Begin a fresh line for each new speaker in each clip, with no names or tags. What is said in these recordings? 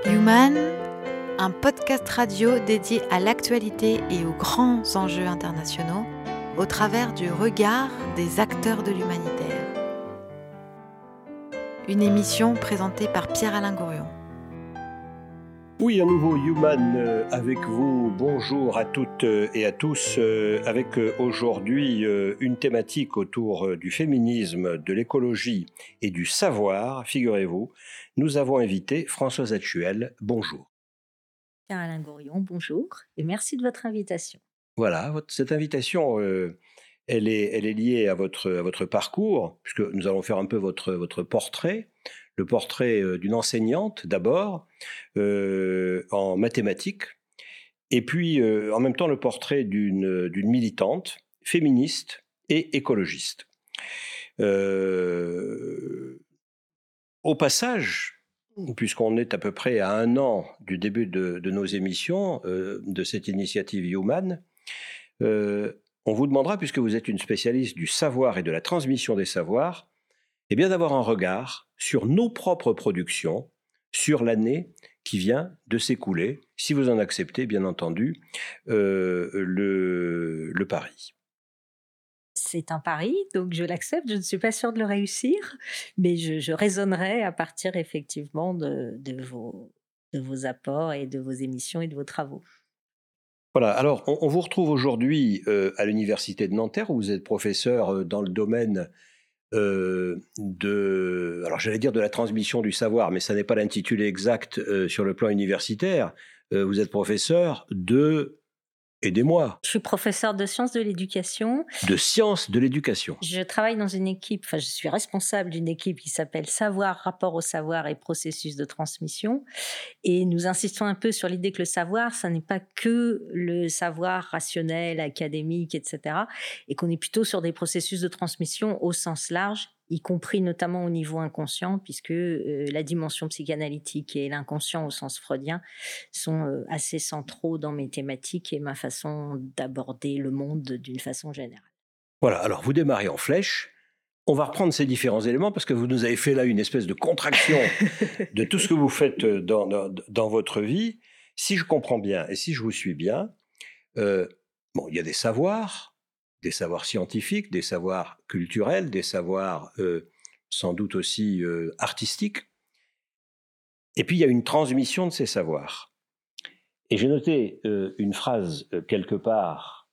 Human, un podcast radio dédié à l'actualité et aux grands enjeux internationaux au travers du regard des acteurs de l'humanitaire. Une émission présentée par Pierre-Alain Gourion.
Oui, à nouveau Human avec vous. Bonjour à toutes et à tous. Avec aujourd'hui une thématique autour du féminisme, de l'écologie et du savoir. Figurez-vous, nous avons invité Françoise Hatchuel. Bonjour.
Pierre-Alain Gourion, bonjour et merci de votre invitation.
Voilà, cette invitation, elle est liée à votre parcours, puisque nous allons faire un peu votre portrait. Le portrait d'une enseignante d'abord, en mathématiques, et puis en même temps le portrait d'une militante, féministe et écologiste. Au passage, puisqu'on est à peu près à 1 an du début de nos émissions, de cette initiative Human, on vous demandera, puisque vous êtes une spécialiste du savoir et de la transmission des savoirs, eh bien d'avoir un regard sur nos propres productions, sur l'année qui vient de s'écouler, si vous en acceptez, bien entendu, le pari.
C'est un pari, donc je l'accepte. Je ne suis pas sûre de le réussir, mais je raisonnerai à partir effectivement de vos apports et de vos émissions et de vos travaux.
Voilà, alors on vous retrouve aujourd'hui à l'Université de Nanterre, où vous êtes professeur dans le domaine alors j'allais dire de la transmission du savoir, mais ça n'est pas l'intitulé exact sur le plan universitaire. Vous êtes professeur de, aidez-moi.
Je suis professeure de sciences de l'éducation.
De sciences de l'éducation.
Je travaille dans une équipe, je suis responsable d'une équipe qui s'appelle Savoir, rapport au savoir et processus de transmission. Et nous insistons un peu sur l'idée que le savoir, ça n'est pas que le savoir rationnel, académique, etc. Et qu'on est plutôt sur des processus de transmission au sens large, y compris notamment au niveau inconscient, puisque la dimension psychanalytique et l'inconscient au sens freudien sont assez centraux dans mes thématiques et ma façon d'aborder le monde d'une façon générale.
Voilà, alors vous démarrez en flèche. On va reprendre ces différents éléments parce que vous nous avez fait là une espèce de contraction de tout ce que vous faites dans votre vie. Si je comprends bien et si je vous suis bien, il y a des savoirs scientifiques, des savoirs culturels, des savoirs sans doute aussi artistiques. Et puis il y a une transmission de ces savoirs. Et j'ai noté une phrase quelque part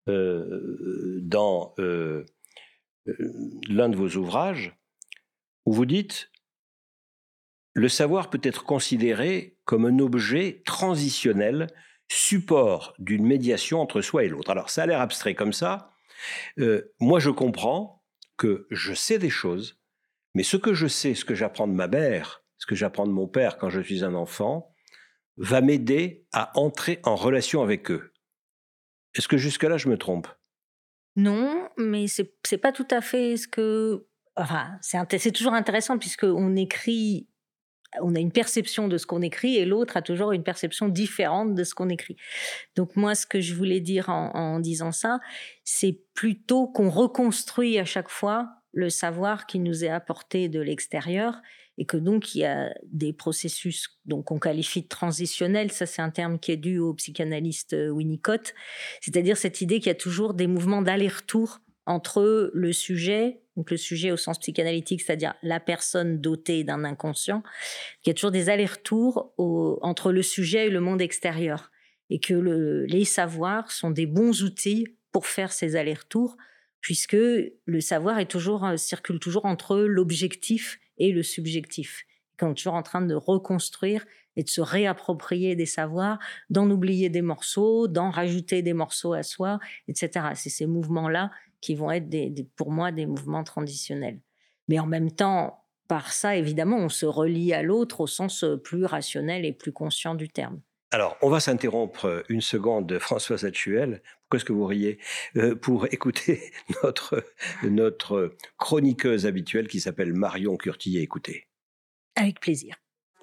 dans l'un de vos ouvrages où vous dites « Le savoir peut être considéré comme un objet transitionnel, support d'une médiation entre soi et l'autre. » Alors ça a l'air abstrait comme ça. Moi je comprends que je sais des choses, mais ce que je sais, ce que j'apprends de ma mère, ce que j'apprends de mon père quand je suis un enfant, va m'aider à entrer en relation avec eux. Est-ce que jusque-là je me trompe ?
Non, mais c'est pas tout à fait ce que... Enfin, c'est toujours intéressant puisqu'on écrit, on a une perception de ce qu'on écrit et l'autre a toujours une perception différente de ce qu'on écrit. Donc moi, ce que je voulais dire en disant ça, c'est plutôt qu'on reconstruit à chaque fois le savoir qui nous est apporté de l'extérieur et que donc il y a des processus donc qu'on qualifie de transitionnels. Ça, c'est un terme qui est dû au psychanalyste Winnicott, c'est-à-dire cette idée qu'il y a toujours des mouvements d'aller-retour entre le sujet, donc le sujet au sens psychanalytique, c'est-à-dire la personne dotée d'un inconscient, qu'il y a toujours des allers-retours entre le sujet et le monde extérieur, et que les savoirs sont des bons outils pour faire ces allers-retours, puisque le savoir circule toujours entre l'objectif et le subjectif. Qu'on est toujours en train de reconstruire et de se réapproprier des savoirs, d'en oublier des morceaux, d'en rajouter des morceaux à soi, etc. C'est ces mouvements-là qui vont être pour moi des mouvements transitionnels. Mais en même temps, par ça, évidemment, on se relie à l'autre au sens plus rationnel et plus conscient du terme.
Alors, on va s'interrompre une seconde, Françoise Hatchuel. Pourquoi est-ce que vous riez ? Pour écouter notre chroniqueuse habituelle qui s'appelle Marion Curtillet. Écoutez.
Avec plaisir.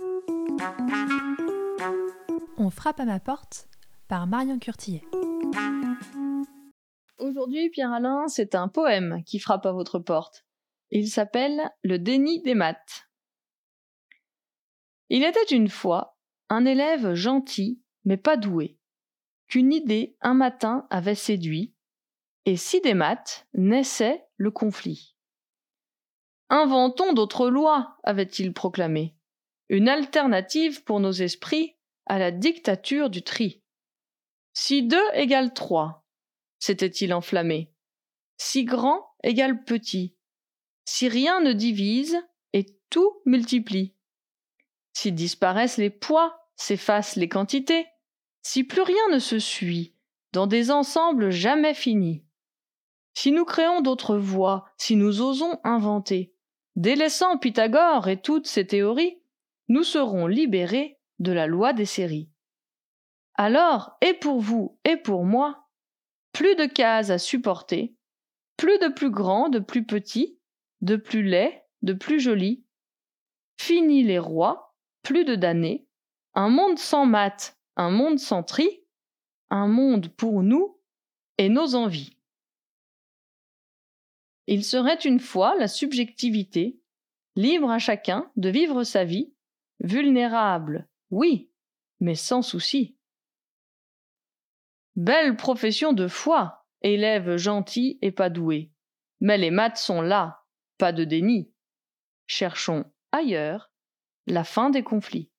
On frappe à ma porte par Marion Curtillet.
Aujourd'hui, Pierre-Alain, c'est un poème qui frappe à votre porte. Il s'appelle « Le déni des maths ». Il était une fois un élève gentil, mais pas doué, qu'une idée un matin avait séduit, et si des maths naissait le conflit. Inventons d'autres lois, avait-il proclamé, une alternative pour nos esprits à la dictature du tri. Si 2 égale 3, s'était-il enflammé, si grand égale petit, si rien ne divise et tout multiplie, si disparaissent les poids, s'effacent les quantités, si plus rien ne se suit dans des ensembles jamais finis, si nous créons d'autres voies, si nous osons inventer, délaissant Pythagore et toutes ses théories, nous serons libérés de la loi des séries. Alors, et pour vous et pour moi, plus de cases à supporter, plus de plus grands, de plus petits, de plus laids, de plus jolis. Fini les rois, plus de damnés, un monde sans maths, un monde sans tri, un monde pour nous et nos envies. Il serait une fois la subjectivité, libre à chacun de vivre sa vie, vulnérable, oui, mais sans souci. Belle profession de foi, élève gentil et pas doué. Mais les maths sont là, pas de déni. Cherchons ailleurs la fin des conflits.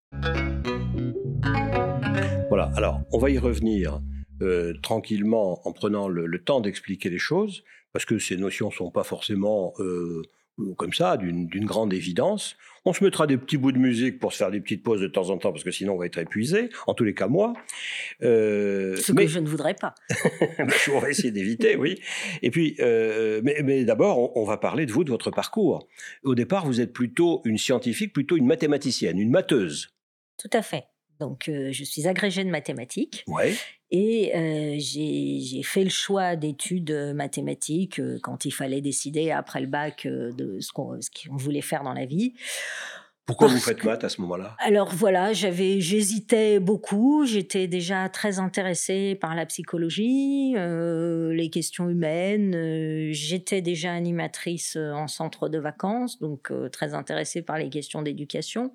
Voilà, alors on va y revenir tranquillement en prenant le temps d'expliquer les choses, parce que ces notions ne sont pas forcément comme ça, d'une grande évidence. On se mettra des petits bouts de musique pour se faire des petites pauses de temps en temps, parce que sinon on va être épuisé, en tous les cas moi.
Ce que je ne voudrais pas.
On va essayer d'éviter, oui. Et puis, mais d'abord, on va parler de vous, de votre parcours. Au départ, vous êtes plutôt une scientifique, plutôt une mathématicienne, une matheuse.
Tout à fait. Donc, je suis agrégée de mathématiques.
Ouais.
Et j'ai fait le choix d'études mathématiques quand il fallait décider après le bac de ce qu'on voulait faire dans la vie.
Pourquoi vous faites maths à ce moment-là ?
Alors voilà, j'hésitais beaucoup. J'étais déjà très intéressée par la psychologie, les questions humaines. J'étais déjà animatrice en centre de vacances, donc très intéressée par les questions d'éducation.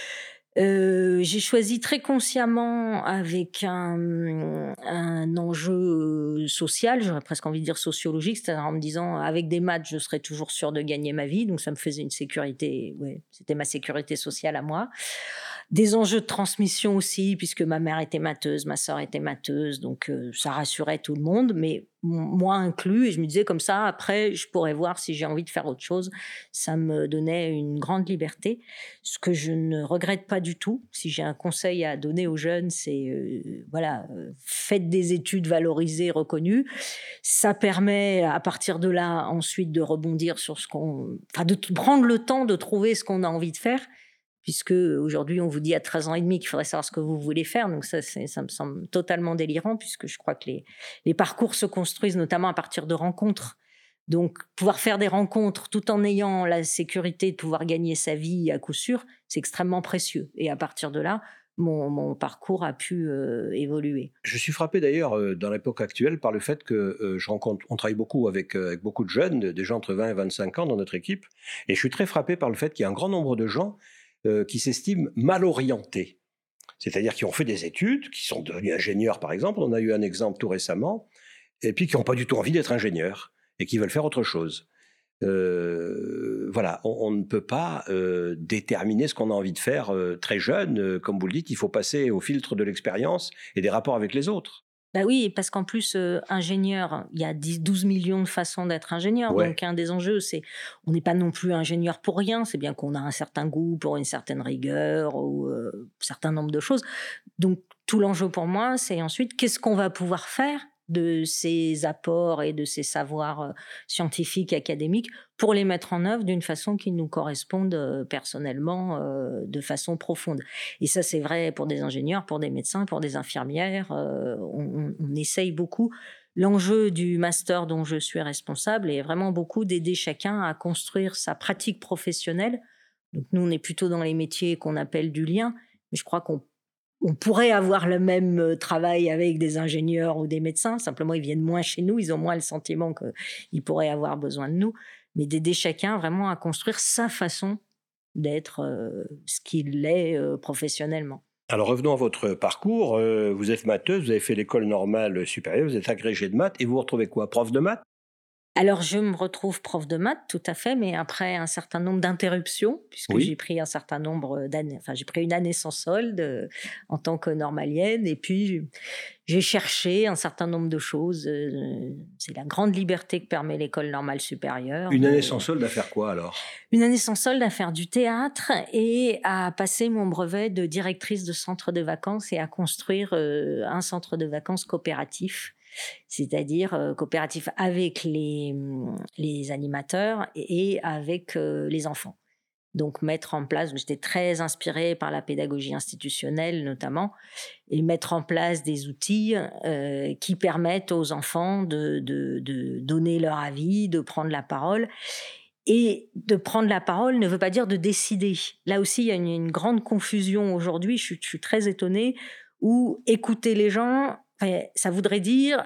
J'ai choisi très consciemment avec un enjeu social, j'aurais presque envie de dire sociologique, c'est-à-dire en me disant avec des maths je serais toujours sûre de gagner ma vie, donc ça me faisait une sécurité, ouais, c'était ma sécurité sociale à moi. Des enjeux de transmission aussi, puisque ma mère était matheuse, ma sœur était matheuse, donc ça rassurait tout le monde, mais moi inclus, et je me disais comme ça, après je pourrais voir si j'ai envie de faire autre chose. Ça me donnait une grande liberté, ce que je ne regrette pas du tout. Si j'ai un conseil à donner aux jeunes, c'est faites des études valorisées, reconnues. Ça permet à partir de là ensuite de rebondir sur de prendre le temps de trouver ce qu'on a envie de faire. Puisque aujourd'hui on vous dit à 13 ans et demi qu'il faudrait savoir ce que vous voulez faire, donc ça me semble totalement délirant, puisque je crois que les parcours se construisent notamment à partir de rencontres. Donc pouvoir faire des rencontres tout en ayant la sécurité de pouvoir gagner sa vie à coup sûr, c'est extrêmement précieux. Et à partir de là, mon parcours a pu évoluer.
Je suis frappé d'ailleurs dans l'époque actuelle par le fait que on travaille beaucoup avec beaucoup de jeunes, des gens entre 20 et 25 ans dans notre équipe, et je suis très frappé par le fait qu'il y a un grand nombre de gens qui s'estiment mal orientés, c'est-à-dire qui ont fait des études, qui sont devenus ingénieurs par exemple, on a eu un exemple tout récemment, et puis qui n'ont pas du tout envie d'être ingénieurs, et qui veulent faire autre chose. Voilà, on ne peut pas déterminer ce qu'on a envie de faire très jeune, comme vous le dites, il faut passer au filtre de l'expérience et des rapports avec les autres.
Bah oui, parce qu'en plus, ingénieur, il y a 12 millions de façons d'être ingénieur. Ouais. Donc, un des enjeux, c'est on n'est pas non plus ingénieur pour rien. C'est bien qu'on a un certain goût pour une certaine rigueur ou un certain nombre de choses. Donc, tout l'enjeu pour moi, c'est ensuite qu'est-ce qu'on va pouvoir faire de ces apports et de ces savoirs scientifiques, académiques, pour les mettre en œuvre d'une façon qui nous corresponde personnellement, de façon profonde. Et ça, c'est vrai pour des ingénieurs, pour des médecins, pour des infirmières. On essaye beaucoup. L'enjeu du master dont je suis responsable est vraiment beaucoup d'aider chacun à construire sa pratique professionnelle. Donc nous, on est plutôt dans les métiers qu'on appelle du lien, mais je crois qu'on pourrait avoir le même travail avec des ingénieurs ou des médecins, simplement ils viennent moins chez nous, ils ont moins le sentiment qu'ils pourraient avoir besoin de nous, mais d'aider chacun vraiment à construire sa façon d'être ce qu'il est professionnellement.
Alors revenons à votre parcours. Vous êtes matheuse, vous avez fait l'école normale supérieure, vous êtes agrégée de maths et vous vous retrouvez quoi? Prof de maths?
Alors, je me retrouve prof de maths, tout à fait, mais après un certain nombre d'interruptions, puisque
Oui.
j'ai pris un certain nombre d'années, enfin, j'ai pris une année sans solde en tant que normalienne, et puis j'ai cherché un certain nombre de choses. C'est la grande liberté que permet l'école normale supérieure.
Une année sans solde à faire quoi alors?
Une année sans solde à faire du théâtre et à passer mon brevet de directrice de centre de vacances et à construire un centre de vacances coopératif. C'est-à-dire coopératif avec les animateurs et avec les enfants. Donc mettre en place, j'étais très inspirée par la pédagogie institutionnelle notamment, et mettre en place des outils qui permettent aux enfants de donner leur avis, de prendre la parole. Et de prendre la parole ne veut pas dire de décider. Là aussi, il y a une grande confusion aujourd'hui, je suis très étonnée, où écouter les gens, ça voudrait dire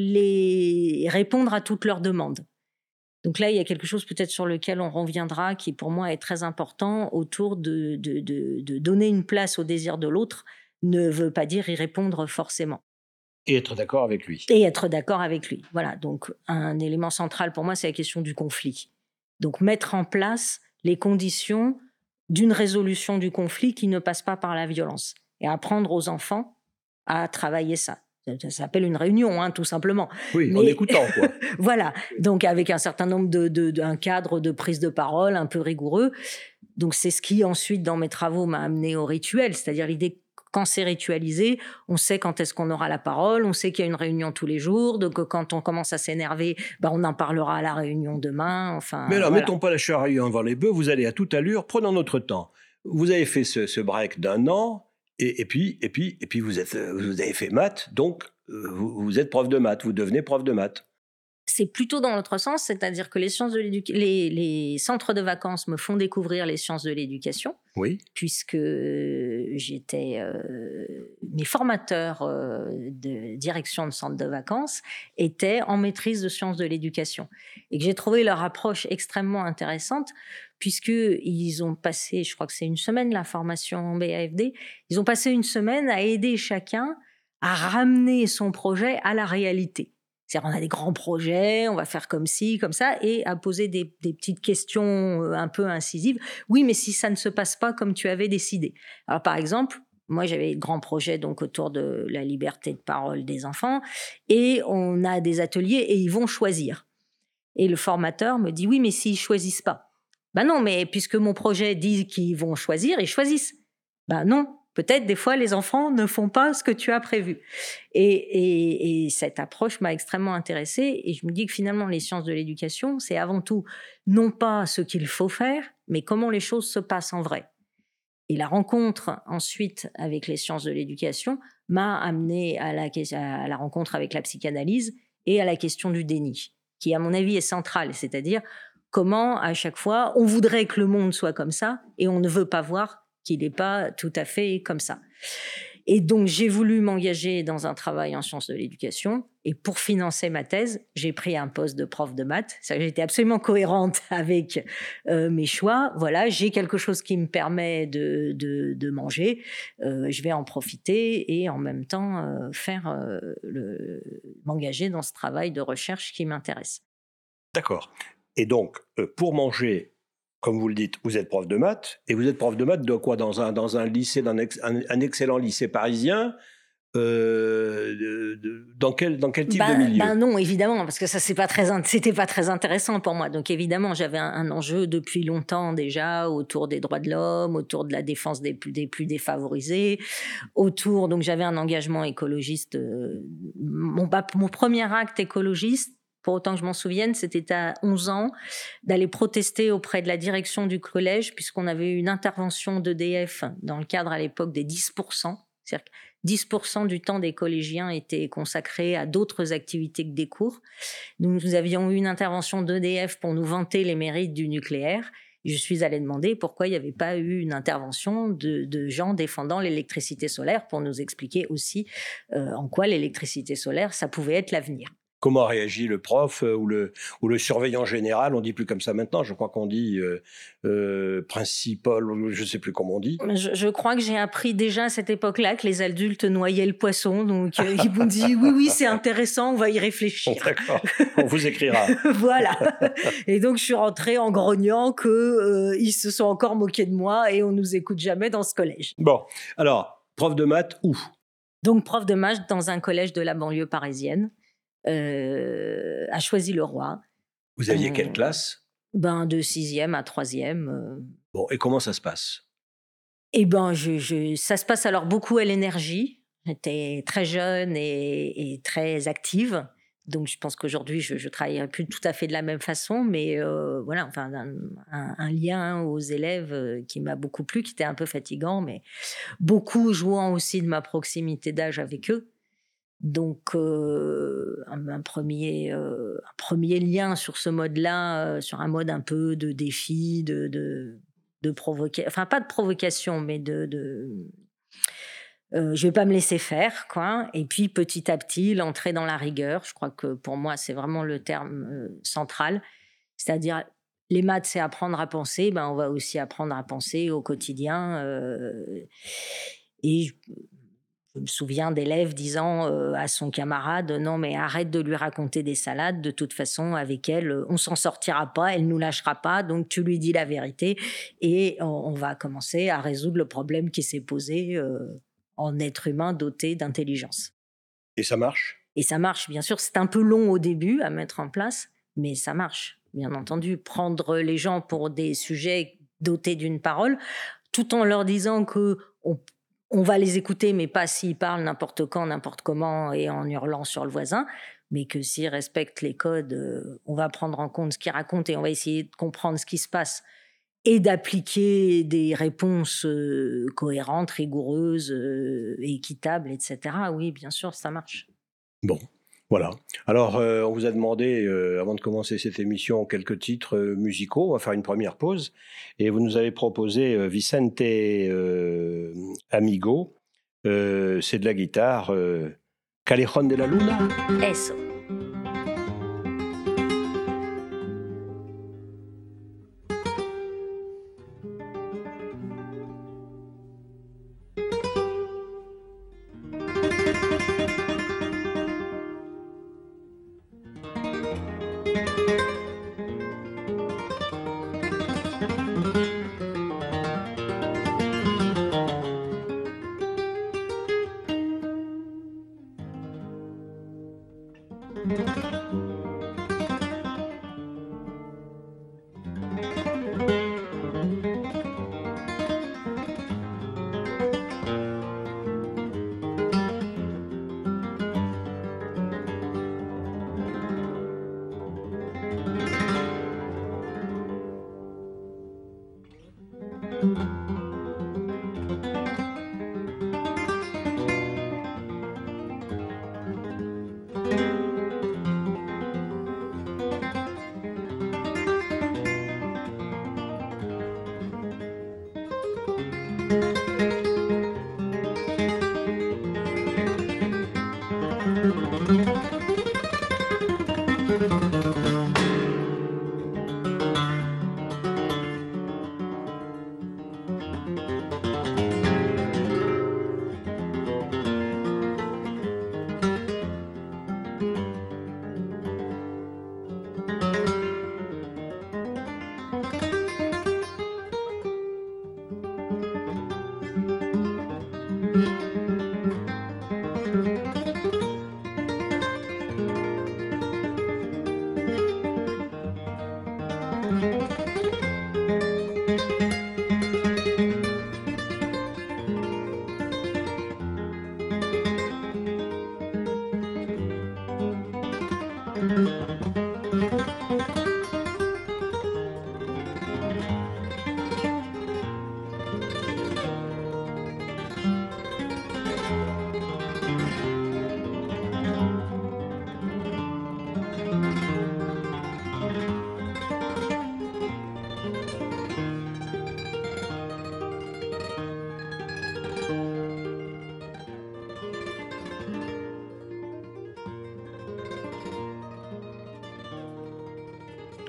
les répondre à toutes leurs demandes. Donc là, il y a quelque chose peut-être sur lequel on reviendra, qui pour moi est très important, autour de donner une place au désir de l'autre, ne veut pas dire y répondre forcément.
Et être d'accord avec lui.
Et être d'accord avec lui. Voilà, donc un élément central pour moi, c'est la question du conflit. Donc mettre en place les conditions d'une résolution du conflit qui ne passe pas par la violence. Et apprendre aux enfants à travailler ça. Ça s'appelle une réunion, hein, tout simplement.
Oui, mais en écoutant, quoi.
Voilà, donc avec un certain nombre un cadre de prise de parole un peu rigoureux. Donc c'est ce qui ensuite, dans mes travaux, m'a amené au rituel, c'est-à-dire l'idée que quand c'est ritualisé, on sait quand est-ce qu'on aura la parole, on sait qu'il y a une réunion tous les jours, donc quand on commence à s'énerver, on en parlera à la réunion demain. Enfin,
mais alors,
voilà.
mettons pas la charrue avant les bœufs, vous allez à toute allure, prenons notre temps. Vous avez fait ce break d'1 an, et puis vous avez fait maths, donc vous êtes prof de maths, vous devenez prof de maths.
C'est plutôt dans l'autre sens, c'est-à-dire que les centres de vacances me font découvrir les sciences de l'éducation,
oui,
puisque j'étais mes formateurs de direction de centre de vacances étaient en maîtrise de sciences de l'éducation et que j'ai trouvé leur approche extrêmement intéressante, puisqu'ils ont passé, je crois que c'est une semaine la formation BAFD, ils ont passé une semaine à aider chacun à ramener son projet à la réalité. C'est-à-dire, on a des grands projets, on va faire comme ci, comme ça, et à poser des petites questions un peu incisives. Oui, mais si ça ne se passe pas comme tu avais décidé. Alors, par exemple, moi, j'avais de grands projets donc, autour de la liberté de parole des enfants, et on a des ateliers et ils vont choisir. Et le formateur me dit, oui, mais s'ils ne choisissent pas. Ben non, mais puisque mon projet dit qu'ils vont choisir, ils choisissent. Ben non. Peut-être des fois, les enfants ne font pas ce que tu as prévu. Et cette approche m'a extrêmement intéressée. Et je me dis que finalement, les sciences de l'éducation, c'est avant tout non pas ce qu'il faut faire, mais comment les choses se passent en vrai. Et la rencontre ensuite avec les sciences de l'éducation m'a amené à la rencontre avec la psychanalyse et à la question du déni, qui à mon avis est centrale. C'est-à-dire comment à chaque fois, on voudrait que le monde soit comme ça et on ne veut pas voir qu'il n'est pas tout à fait comme ça. Et donc, j'ai voulu m'engager dans un travail en sciences de l'éducation. Et pour financer ma thèse, j'ai pris un poste de prof de maths. J'étais absolument cohérente avec mes choix. Voilà, j'ai quelque chose qui me permet de manger. Je vais en profiter et en même temps m'engager dans ce travail de recherche qui m'intéresse.
D'accord. Et donc, pour manger, comme vous le dites, vous êtes prof de maths, et vous êtes prof de maths de quoi? Dans un lycée, un excellent lycée parisien, dans quel type de milieu?
Non, évidemment, parce que ça, c'était pas très intéressant pour moi. Donc évidemment, j'avais un enjeu depuis longtemps déjà autour des droits de l'homme, autour de la défense des plus défavorisés, donc j'avais un engagement écologiste. Mon premier acte écologiste, pour autant que je m'en souvienne, c'était à 11 ans, d'aller protester auprès de la direction du collège, puisqu'on avait eu une intervention d'EDF dans le cadre à l'époque des 10%. C'est-à-dire que 10% du temps des collégiens était consacré à d'autres activités que des cours. Nous avions eu une intervention d'EDF pour nous vanter les mérites du nucléaire. Je suis allée demander pourquoi il n'y avait pas eu une intervention de gens défendant l'électricité solaire pour nous expliquer aussi en quoi l'électricité solaire, ça pouvait être l'avenir.
comment réagit le prof ou le surveillant général? On dit plus comme ça maintenant. Je crois qu'on dit principal, je ne sais plus comment on dit.
Je crois que j'ai appris déjà à cette époque-là que les adultes noyaient le poisson. Donc, ils m'ont dit oui, c'est intéressant, on va y réfléchir.
D'accord, on vous écrira.
Voilà. Et donc, je suis rentrée en grognant qu'ils se sont encore moqués de moi et on ne nous écoute jamais dans ce collège.
Bon, alors, prof de maths, où?
Donc, prof de maths dans un collège de la banlieue parisienne, à Choisy-le-Roi.
Vous aviez quelle classe?
De 6e à 3e.
Bon, et comment ça se passe?
Eh ben, ça se passe alors beaucoup à l'énergie. J'étais très jeune et très active. Donc, je pense qu'aujourd'hui, je travaille plus tout à fait de la même façon, mais voilà, enfin, un lien aux élèves qui m'a beaucoup plu, qui était un peu fatigant, mais beaucoup jouant aussi de ma proximité d'âge avec eux. Donc, un premier lien sur ce mode-là, sur un mode un peu de défi, de provocation, enfin, pas de provocation, mais je vais pas me laisser faire, quoi. Et puis, petit à petit, l'entrée dans la rigueur. Je crois que pour moi, c'est vraiment le terme central. C'est-à-dire, les maths, c'est apprendre à penser. On va aussi apprendre à penser au quotidien. Et je me souviens d'élèves disant à son camarade « Non, mais arrête de lui raconter des salades. De toute façon, avec elle, on s'en sortira pas. Elle nous lâchera pas. Donc, tu lui dis la vérité. Et on va commencer à résoudre le problème qui s'est posé en être humain doté d'intelligence. »
Et ça marche?
Et ça marche, bien sûr. C'est un peu long au début à mettre en place, mais ça marche, bien entendu. Prendre les gens pour des sujets dotés d'une parole, tout en leur disant qu'on va les écouter, mais pas s'ils parlent n'importe quand, n'importe comment et en hurlant sur le voisin, mais que s'ils respectent les codes, on va prendre en compte ce qu'ils racontent et on va essayer de comprendre ce qui se passe et d'appliquer des réponses cohérentes, rigoureuses, équitables, etc. Oui, bien sûr, ça marche.
Bon, voilà. Alors, on vous a demandé, avant de commencer cette émission, quelques titres musicaux. On va faire une première pause. Et vous nous avez proposé Vicente Amigo. C'est de la guitare. Callejón de la Luna.
Eso.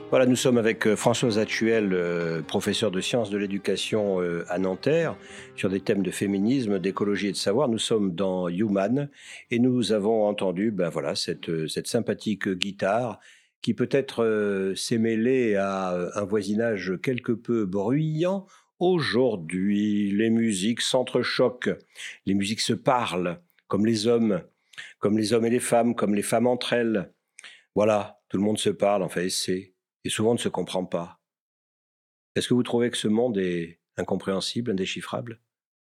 Voilà, nous sommes avec Françoise Attuel, professeure de sciences de l'éducation à Nanterre, sur des thèmes de féminisme, d'écologie et de savoir. Nous sommes dans Human et nous avons entendu cette sympathique guitare qui peut-être s'est mêlée à un voisinage quelque peu bruyant. Aujourd'hui, les musiques s'entrechoquent, les musiques se parlent, comme les hommes et les femmes, comme les femmes entre elles. Voilà, tout le monde se parle, enfin essaie. Et souvent ne se comprend pas. Est-ce que vous trouvez que ce monde est incompréhensible, indéchiffrable ?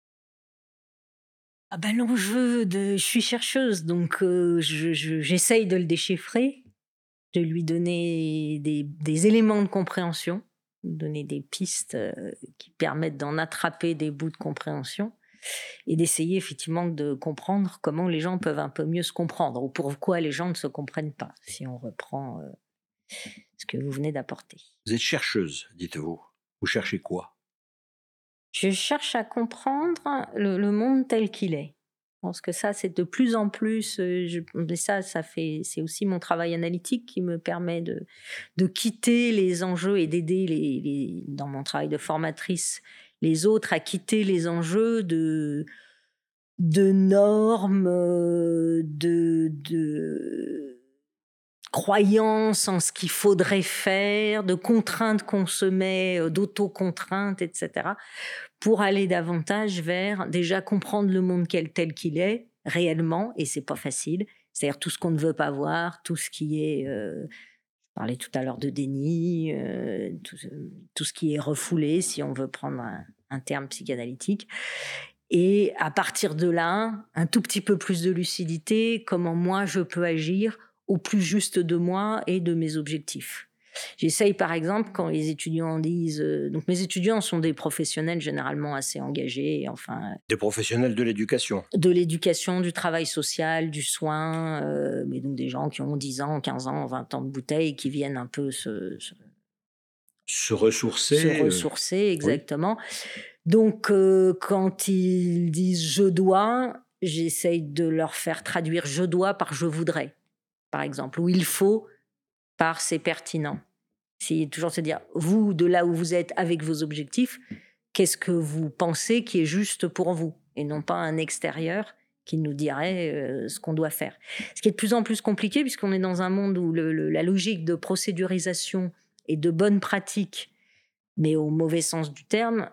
Je suis chercheuse, donc j'essaye de le déchiffrer, de lui donner des éléments de compréhension, donner des pistes qui permettent d'en attraper des bouts de compréhension et d'essayer effectivement de comprendre comment les gens peuvent un peu mieux se comprendre ou pourquoi les gens ne se comprennent pas, si on reprend ce que vous venez d'apporter.
Vous êtes chercheuse, dites-vous. Vous cherchez quoi ?
Je cherche à comprendre le monde tel qu'il est. Je pense que ça, c'est de plus en plus... c'est aussi mon travail analytique qui me permet de quitter les enjeux et d'aider, dans mon travail de formatrice, les autres à quitter les enjeux de normes, de croyances en ce qu'il faudrait faire, de contraintes qu'on se met, d'autocontraintes, etc., pour aller davantage vers déjà comprendre le monde tel qu'il est réellement, et c'est pas facile, c'est-à-dire tout ce qu'on ne veut pas voir, tout ce qui est, je parlais tout à l'heure de déni, tout ce qui est refoulé, si on veut prendre un terme psychanalytique. Et à partir de là, un tout petit peu plus de lucidité, comment moi je peux agir au plus juste de moi et de mes objectifs. J'essaye par exemple quand les étudiants disent... donc mes étudiants sont des professionnels généralement assez engagés,
Des professionnels de l'éducation.
De l'éducation, du travail social, du soin, mais donc des gens qui ont 10 ans, 15 ans, 20 ans de bouteille, qui viennent un peu se
ressourcer.
Se ressourcer, exactement. Oui. Donc quand ils disent « je dois », j'essaye de leur faire traduire « je dois » par « je voudrais ». Par exemple, ou il faut par c'est pertinent. C'est toujours se dire, vous, de là où vous êtes avec vos objectifs, qu'est-ce que vous pensez qui est juste pour vous, et non pas un extérieur qui nous dirait ce qu'on doit faire. Ce qui est de plus en plus compliqué, puisqu'on est dans un monde où la logique de procédurisation et de bonnes pratiques, mais au mauvais sens du terme,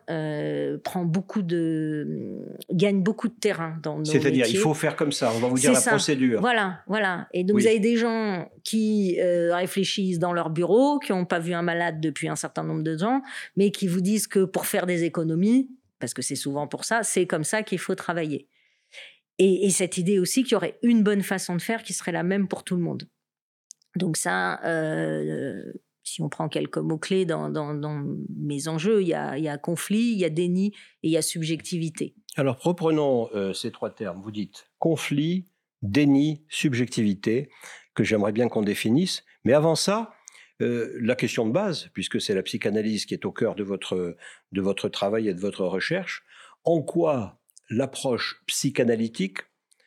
gagne beaucoup de terrain dans nos
C'est-à-dire,
métiers.
il faut faire comme ça, on va vous dire la procédure.
Voilà. Et donc, vous avez des gens qui réfléchissent dans leur bureau, qui n'ont pas vu un malade depuis un certain nombre de temps, mais qui vous disent que pour faire des économies, parce que c'est souvent pour ça, c'est comme ça qu'il faut travailler. Et cette idée aussi qu'il y aurait une bonne façon de faire qui serait la même pour tout le monde. Donc ça... si on prend quelques mots-clés dans mes enjeux, il y a conflit, il y a déni et il y a subjectivité.
Alors, reprenons ces trois termes. Vous dites conflit, déni, subjectivité, que j'aimerais bien qu'on définisse. Mais avant ça, la question de base, puisque c'est la psychanalyse qui est au cœur de votre travail et de votre recherche, en quoi l'approche psychanalytique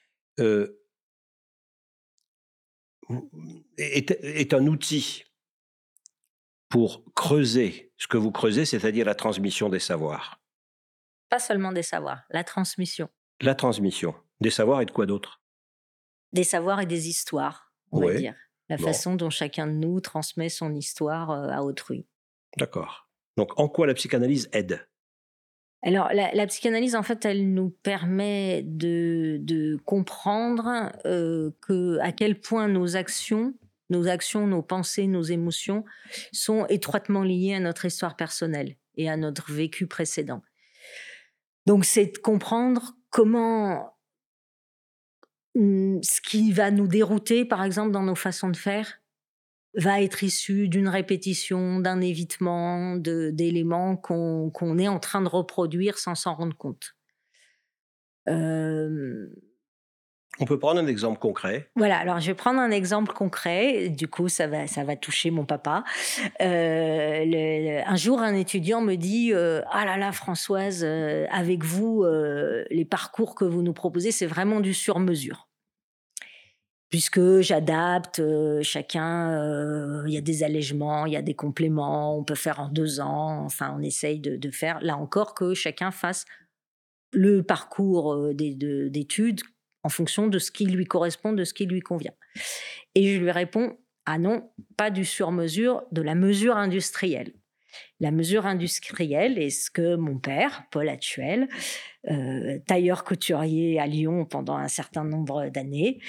est un outil pour creuser ce que vous creusez, c'est-à-dire la transmission des savoirs.
Pas seulement des savoirs, la transmission.
La transmission. Des savoirs et de quoi d'autre ?
Des savoirs et des histoires, on va dire. La façon dont chacun de nous transmet son histoire à autrui.
D'accord. Donc, en quoi la psychanalyse aide ?
Alors, la psychanalyse, en fait, elle nous permet de comprendre à quel point nos actions, nos pensées, nos émotions sont étroitement liées à notre histoire personnelle et à notre vécu précédent. Donc, c'est de comprendre comment ce qui va nous dérouter, par exemple, dans nos façons de faire, va être issu d'une répétition, d'un évitement, d'éléments qu'on est en train de reproduire sans s'en rendre compte.
On peut prendre un exemple concret.
Voilà, alors je vais prendre un exemple concret. Du coup, ça va toucher mon papa. Un jour, un étudiant me dit « Ah là là, Françoise, avec vous, les parcours que vous nous proposez, c'est vraiment du sur-mesure. » puisque j'adapte, chacun, il y a des allègements, il y a des compléments, on peut faire en 2 ans, enfin on essaye de faire, là encore, que chacun fasse le parcours d'études en fonction de ce qui lui correspond, de ce qui lui convient. Et je lui réponds, ah non, pas du sur-mesure, de la mesure industrielle. La mesure industrielle est ce que mon père, Paul Hattuel, tailleur couturier à Lyon pendant un certain nombre d'années,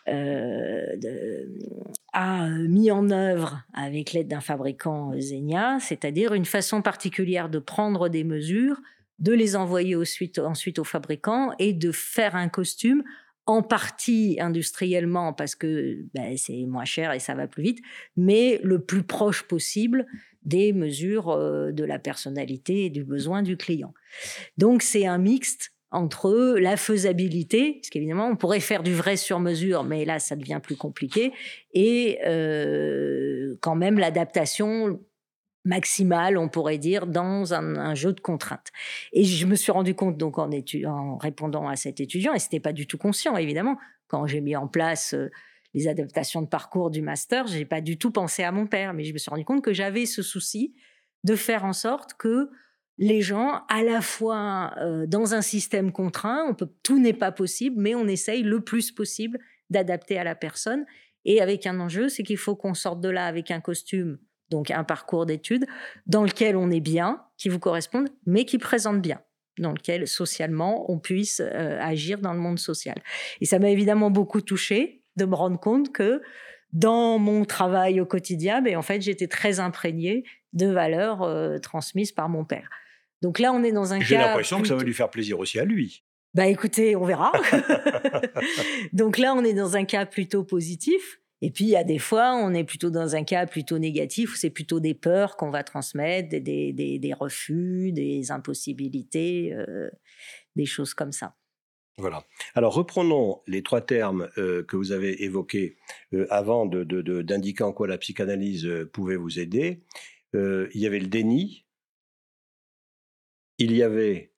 a mis en œuvre avec l'aide d'un fabricant Zegna, c'est-à-dire une façon particulière de prendre des mesures, de les envoyer ensuite au fabricant et de faire un costume en partie industriellement parce que c'est moins cher et ça va plus vite, mais le plus proche possible des mesures de la personnalité et du besoin du client. Donc c'est un mixte entre la faisabilité, parce qu'évidemment on pourrait faire du vrai sur-mesure, mais là ça devient plus compliqué, et quand même l'adaptation maximale, on pourrait dire, dans un jeu de contraintes. Et je me suis rendu compte donc en répondant à cet étudiant, et c'était pas du tout conscient évidemment, quand j'ai mis en place les adaptations de parcours du master, j'ai pas du tout pensé à mon père, mais je me suis rendu compte que j'avais ce souci de faire en sorte que les gens, à la fois dans un système contraint, tout n'est pas possible, mais on essaye le plus possible d'adapter à la personne. Et avec un enjeu, c'est qu'il faut qu'on sorte de là avec un costume, donc un parcours d'études, dans lequel on est bien, qui vous corresponde, mais qui présente bien, dans lequel socialement on puisse agir dans le monde social. Et ça m'a évidemment beaucoup touchée de me rendre compte que dans mon travail au quotidien, en fait, j'étais très imprégnée de valeurs transmises par mon père. Donc là, on est dans un cas...
J'ai l'impression que ça va lui faire plaisir aussi à lui.
Écoutez, on verra. Donc là, on est dans un cas plutôt positif. Et puis, il y a des fois, on est plutôt dans un cas plutôt négatif, où c'est plutôt des peurs qu'on va transmettre, des refus, des impossibilités, des choses comme ça.
Voilà. Alors, reprenons les 3 termes que vous avez évoqués avant d'indiquer en quoi la psychanalyse pouvait vous aider. Il y avait le déni. Il y avait...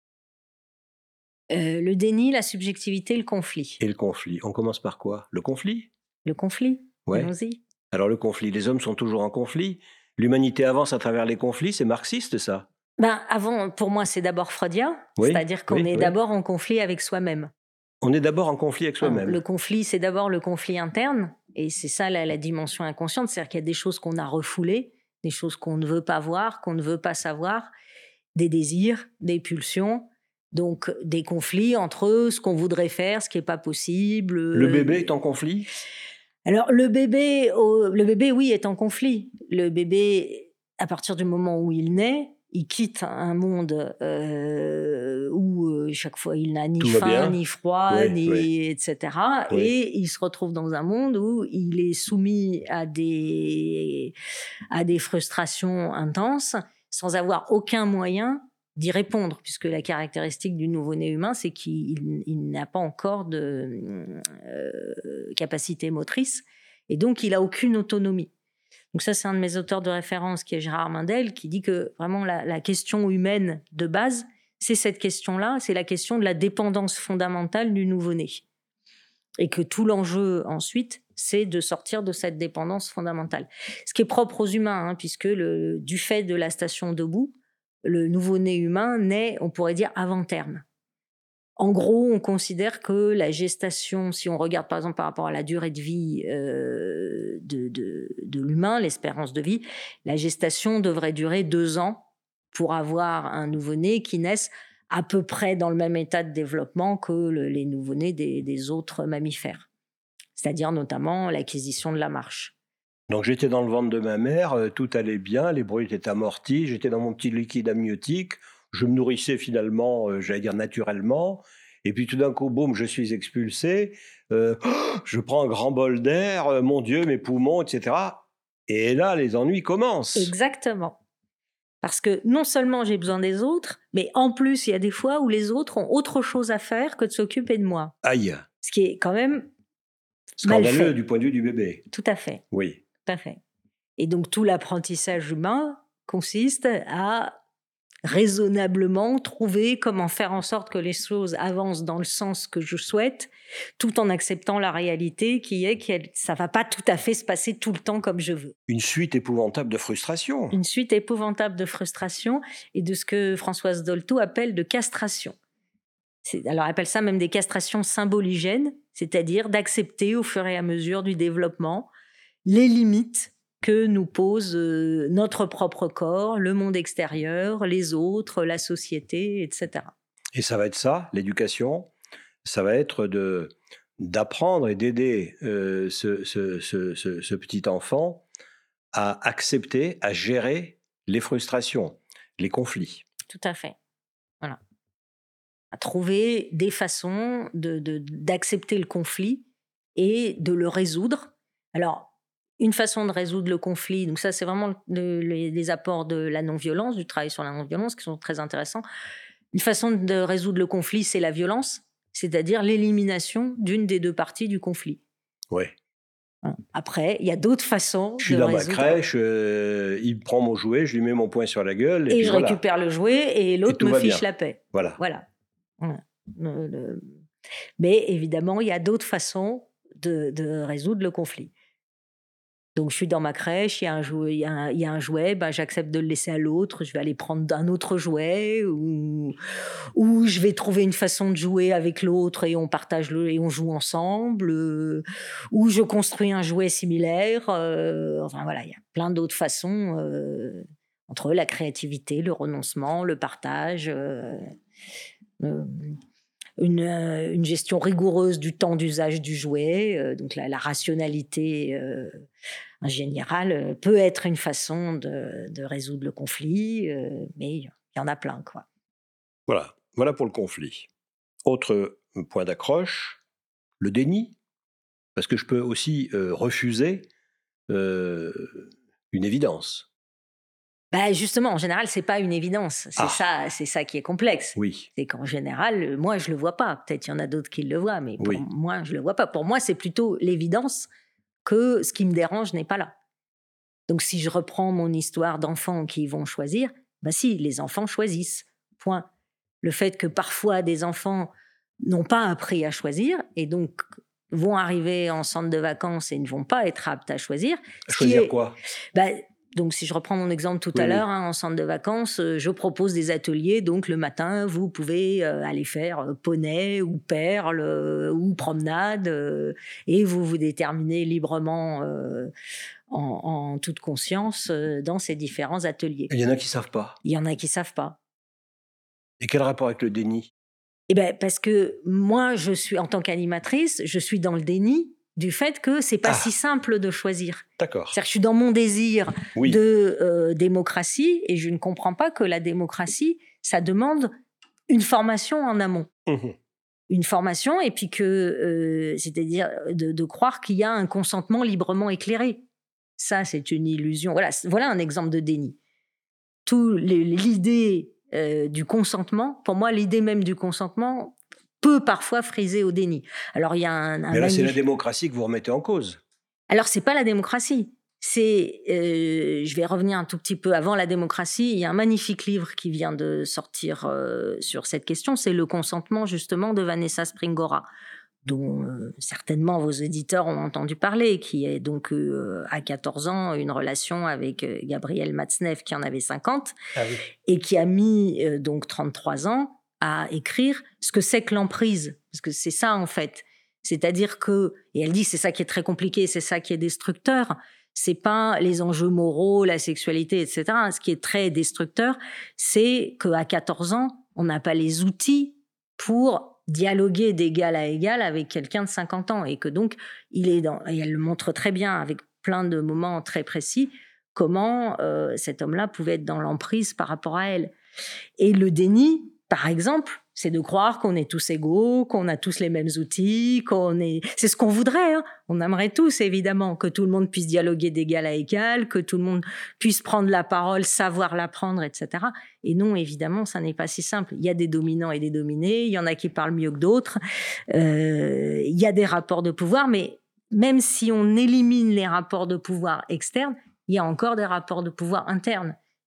le déni, la subjectivité, le conflit.
Et le conflit. On commence par quoi? Le conflit?
Le conflit,
ouais.
Allons-y.
Alors le conflit, les hommes sont toujours en conflit. L'humanité avance à travers les conflits, c'est marxiste ça?
Avant, pour moi, c'est d'abord freudien,
oui,
c'est-à-dire qu'on est d'abord en conflit avec soi-même.
On est d'abord en conflit avec soi-même.
Le conflit, c'est d'abord le conflit interne, et c'est ça la dimension inconsciente, c'est-à-dire qu'il y a des choses qu'on a refoulées, des choses qu'on ne veut pas voir, qu'on ne veut pas savoir, des désirs, des pulsions, donc des conflits entre ce qu'on voudrait faire, ce qui n'est pas possible.
Le bébé est en conflit?
Alors le bébé, oui, est en conflit. Le bébé, à partir du moment où il naît, il quitte un monde où chaque fois il n'a ni faim, ni froid, etc. Oui. Et il se retrouve dans un monde où il est soumis à des frustrations intenses, sans avoir aucun moyen d'y répondre, puisque la caractéristique du nouveau-né humain, c'est qu'il n'a pas encore de capacité motrice, et donc il n'a aucune autonomie. Donc ça, c'est un de mes auteurs de référence, qui est Gérard Mundell, qui dit que vraiment la question humaine de base, c'est cette question-là, c'est la question de la dépendance fondamentale du nouveau-né. Et que tout l'enjeu ensuite, c'est de sortir de cette dépendance fondamentale. Ce qui est propre aux humains, puisque du fait de la station debout, le nouveau-né humain naît, on pourrait dire, avant terme. En gros, on considère que la gestation, si on regarde par exemple par rapport à la durée de vie de l'humain, l'espérance de vie, la gestation devrait durer 2 ans pour avoir un nouveau-né qui naisse à peu près dans le même état de développement que les nouveau-nés des autres mammifères, c'est-à-dire notamment l'acquisition de la marche.
Donc j'étais dans le ventre de ma mère, tout allait bien, les bruits étaient amortis, j'étais dans mon petit liquide amniotique, je me nourrissais finalement, j'allais dire naturellement, et puis tout d'un coup, boum, je suis expulsé, je prends un grand bol d'air, mon Dieu, mes poumons, etc. Et là, les ennuis commencent.
Exactement. Parce que non seulement j'ai besoin des autres, mais en plus, il y a des fois où les autres ont autre chose à faire que de s'occuper de moi.
Aïe.
Ce qui est quand même
scandaleux du point de vue du bébé.
Tout à fait.
Oui.
Tout à fait. Et donc, tout l'apprentissage humain consiste à raisonnablement trouver comment faire en sorte que les choses avancent dans le sens que je souhaite, tout en acceptant la réalité qui est que ça va pas tout à fait se passer tout le temps comme je veux.
Une suite épouvantable de frustrations.
Une suite épouvantable de frustration et de ce que Françoise Dolto appelle de castration. Alors, elle appelle ça même des castrations symboligènes, c'est-à-dire d'accepter au fur et à mesure du développement les limites que nous pose notre propre corps, le monde extérieur, les autres, la société, etc.
Et ça va être ça, l'éducation, ça va être d'apprendre et d'aider ce petit enfant à accepter, à gérer les frustrations, les conflits.
Tout à fait. Voilà. À trouver des façons d'accepter le conflit et de le résoudre. Alors, une façon de résoudre le conflit, donc ça c'est vraiment les apports de la non-violence, du travail sur la non-violence qui sont très intéressants. Une façon de résoudre le conflit, c'est la violence, c'est-à-dire l'élimination d'une des deux parties du conflit.
Oui.
Après, il y a d'autres façons.
Je suis dans ma crèche, il prend mon jouet, je lui mets mon poing sur la gueule.
Et je récupère le jouet et l'autre me fiche la paix.
Voilà.
Mais évidemment, il y a d'autres façons de résoudre le conflit. Donc, je suis dans ma crèche, il y a un jouet, j'accepte de le laisser à l'autre, je vais aller prendre un autre jouet, ou je vais trouver une façon de jouer avec l'autre et on partage et on joue ensemble, ou je construis un jouet similaire. Enfin, voilà, il y a plein d'autres façons entre la créativité, le renoncement, le partage, une gestion rigoureuse du temps d'usage du jouet, donc la rationalité en général peut être une façon de résoudre le conflit, mais il y en a plein, quoi.
Voilà pour le conflit. Autre point d'accroche, le déni, parce que je peux aussi refuser une évidence.
Justement, en général, c'est pas une évidence. C'est ça qui est complexe.
Oui.
C'est qu'en général, moi, je le vois pas. Peut-être il y en a d'autres qui le voient, mais pour moi, je le vois pas. Pour moi, c'est plutôt l'évidence que ce qui me dérange n'est pas là. Donc, si je reprends mon histoire d'enfants qui vont choisir, si, les enfants choisissent. Point. Le fait que parfois des enfants n'ont pas appris à choisir et donc vont arriver en centre de vacances et ne vont pas être aptes à choisir.
Choisir quoi ?
Donc, si je reprends mon exemple tout à l'heure, en centre de vacances, je propose des ateliers. Donc, le matin, vous pouvez aller faire poney ou perle ou promenade et vous déterminez librement en toute conscience dans ces différents ateliers.
Il y en a qui ne savent pas.
Il y en a qui ne savent pas.
Et quel rapport avec le déni ?
Parce que moi, en tant qu'animatrice, je suis dans le déni du fait que c'est pas si simple de choisir.
D'accord.
C'est-à-dire que je suis dans mon désir de démocratie et je ne comprends pas que la démocratie, ça demande une formation en amont.
Mmh.
Une formation et puis que, c'est-à-dire de croire qu'il y a un consentement librement éclairé. Ça, c'est une illusion. Voilà un exemple de déni. L'idée du consentement, pour moi, l'idée même du consentement peut parfois friser au déni. Alors, il y a mais
là, c'est la démocratie que vous remettez en cause.
Alors, c'est pas la démocratie. Je vais revenir un tout petit peu avant la démocratie. Il y a un magnifique livre qui vient de sortir sur cette question. C'est Le consentement, justement, de Vanessa Springora, dont certainement vos éditeurs ont entendu parler, qui est donc à 14 ans une relation avec Gabriel Matzneff qui en avait 50 et qui a mis donc 33 ans à écrire ce que c'est que l'emprise, parce que c'est ça en fait. C'est-à-dire que, et elle dit c'est ça qui est très compliqué, c'est ça qui est destructeur, c'est pas les enjeux moraux, la sexualité, etc. Ce qui est très destructeur, c'est qu'à 14 ans, on n'a pas les outils pour dialoguer d'égal à égal avec quelqu'un de 50 ans et que donc et elle le montre très bien avec plein de moments très précis comment cet homme-là pouvait être dans l'emprise par rapport à elle. Et le déni, par exemple, c'est de croire qu'on est tous égaux, qu'on a tous les mêmes outils, c'est ce qu'on voudrait, hein. On aimerait tous, évidemment, que tout le monde puisse dialoguer d'égal à égal, que tout le monde puisse prendre la parole, savoir la prendre, etc. Et non, évidemment, ça n'est pas si simple. Il y a des dominants et des dominés, il y en a qui parlent mieux que d'autres, il y a des rapports de pouvoir, mais même si on élimine les rapports de pouvoir externes, il y a encore des rapports de pouvoir internes.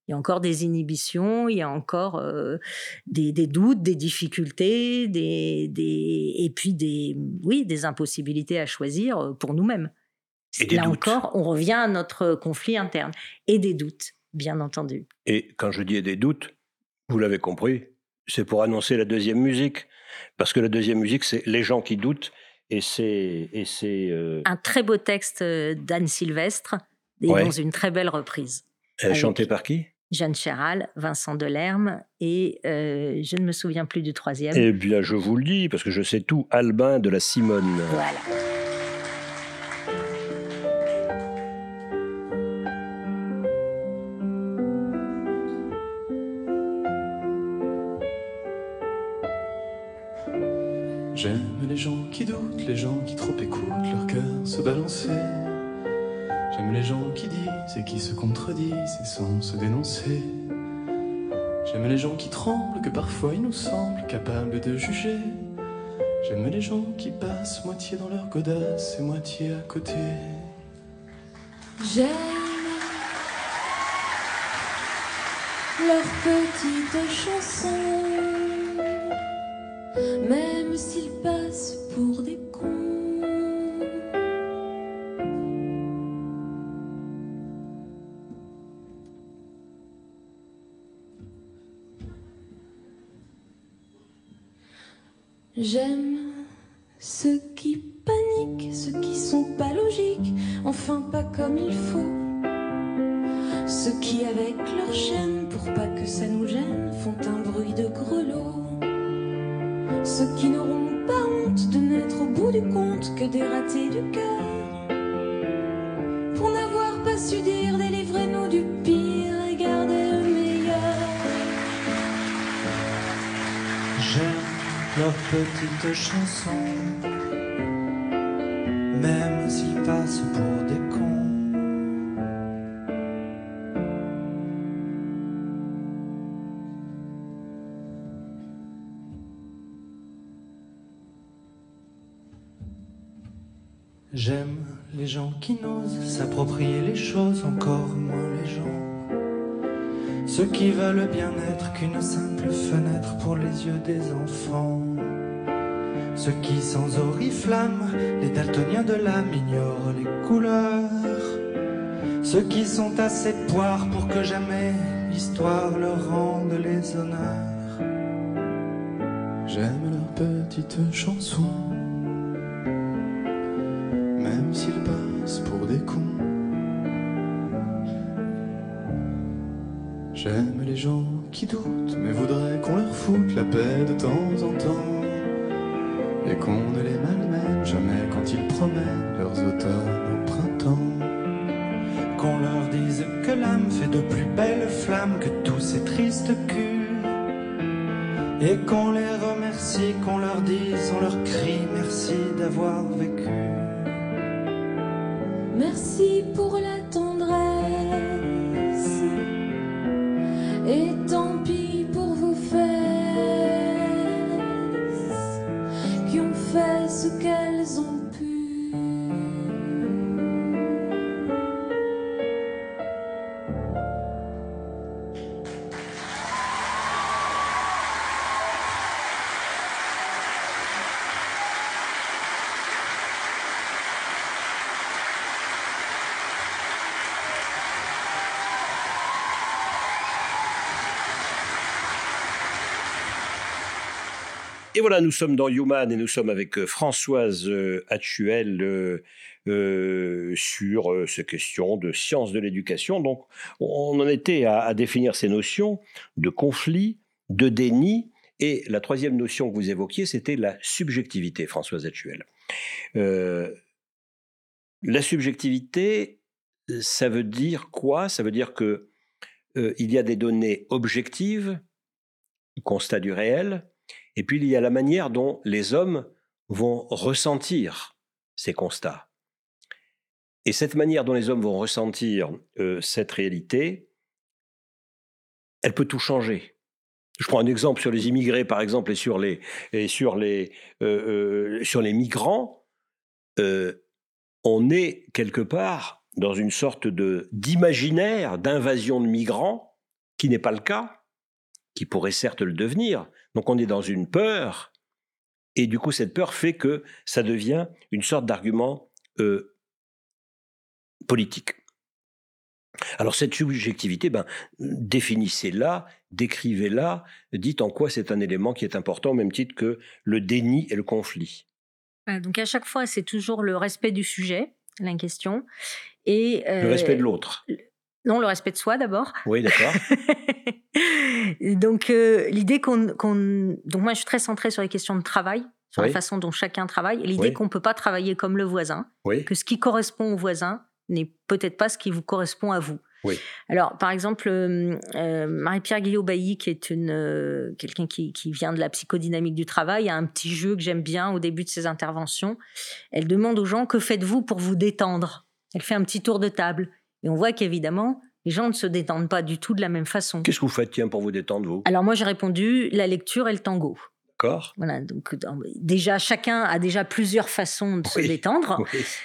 Il y a encore des inhibitions, il y a encore des doutes, des difficultés, et puis des impossibilités à choisir pour nous-mêmes.
Et des
Là
doutes.
encore, on revient à notre conflit interne. Et des doutes, bien entendu.
Et quand je dis des doutes, vous l'avez compris, c'est pour annoncer la deuxième musique. Parce que la deuxième musique, c'est Les gens qui doutent. Et c'est
Un très beau texte d'Anne Sylvestre, et
Ouais.
dans une très belle reprise.
chanté par qui?
Jeanne Chéral, Vincent Delerme, et je ne me souviens plus du troisième.
Eh bien, je vous le dis, parce que je sais tout, Albin de la Simone.
Voilà.
J'aime les gens qui doutent, les gens qui trop écoutent leur cœur se balancer. J'aime les gens qui disent et qui se contredisent et sans se dénoncer. J'aime les gens qui tremblent, que parfois ils nous semblent capables de juger. J'aime les gens qui passent moitié dans leur godasse et moitié à côté.
J'aime leurs petites chansons, même s'ils passent pour des cons. J'aime ceux qui paniquent, ceux qui sont pas logiques, enfin pas comme il faut. Ceux qui avec leur chaîne, pour pas que ça nous gêne, font un bruit de grelot. Ceux qui n'auront pas honte de n'être au bout du compte que des ratés du cœur. Pour n'avoir pas su dire, délivrez-nous du pire et gardez le meilleur.
J'aime leurs petites chansons, même s'ils passent pour des cons. J'aime les gens qui n'osent s'approprier les choses, encore moins les gens. Ceux qui veulent bien être qu'une simple fenêtre pour les yeux des enfants. Ceux qui sans oriflamme, les daltoniens de l'âme, ignorent les couleurs. Ceux qui sont assez poires pour que jamais l'histoire leur rende les honneurs.
J'aime leurs petites chansons, même s'ils passent pour des cons. J'aime les gens qui doutent, mais voudraient qu'on leur foute la paix de temps en temps. Et qu'on ne les malmène jamais quand ils promènent leurs automnes au printemps.
Qu'on leur dise que l'âme fait de plus belles flammes que tous ces tristes culs. Et qu'on les remercie, qu'on leur dise, on leur crie merci d'avoir vécu.
Merci pour la tendresse, et tant pis pour vos fesses qui ont fait ce qu'elles ont pu.
Et voilà, nous sommes dans Human et nous sommes avec Françoise Hatchuel sur ces questions de sciences de l'éducation. Donc, on en était à définir ces notions de conflit, de déni, et la troisième notion que vous évoquiez, c'était la subjectivité, Françoise Hatchuel. La subjectivité, ça veut dire quoi? Ça veut dire que il y a des données objectives, constat du réel, et puis il y a la manière dont les hommes vont ressentir ces constats. Et cette manière dont les hommes vont ressentir cette réalité, elle peut tout changer. Je prends un exemple sur les immigrés, par exemple, et sur les migrants. On est quelque part dans une sorte d'imaginaire d'invasion de migrants qui n'est pas le cas, qui pourrait certes le devenir. Donc on est dans une peur, et du coup cette peur fait que ça devient une sorte d'argument politique. Alors cette subjectivité, définissez-la, décrivez-la, dites en quoi c'est un élément qui est important au même titre que le déni et le conflit.
Donc à chaque fois, c'est toujours le respect du sujet, la question. Et,
le respect de l'autre.
Non, le respect de soi d'abord.
Oui, d'accord.
Donc l'idée donc moi je suis très centrée sur les questions de travail, sur la façon dont chacun travaille, et l'idée qu'on ne peut pas travailler comme le voisin, que ce qui correspond au voisin n'est peut-être pas ce qui vous correspond à vous.
Oui.
Alors, par exemple, Marie-Pierre Guillot-Bailly, qui est quelqu'un qui vient de la psychodynamique du travail, a un petit jeu que j'aime bien au début de ses interventions. Elle demande aux gens « Que faites-vous pour vous détendre ?» Elle fait un petit tour de table. Et on voit qu'évidemment, les gens ne se détendent pas du tout de la même façon.
Qu'est-ce que vous faites, pour vous détendre, vous ?
Alors moi, j'ai répondu « La lecture et le tango ».
D'accord.
Voilà, donc déjà chacun a déjà plusieurs façons de se détendre,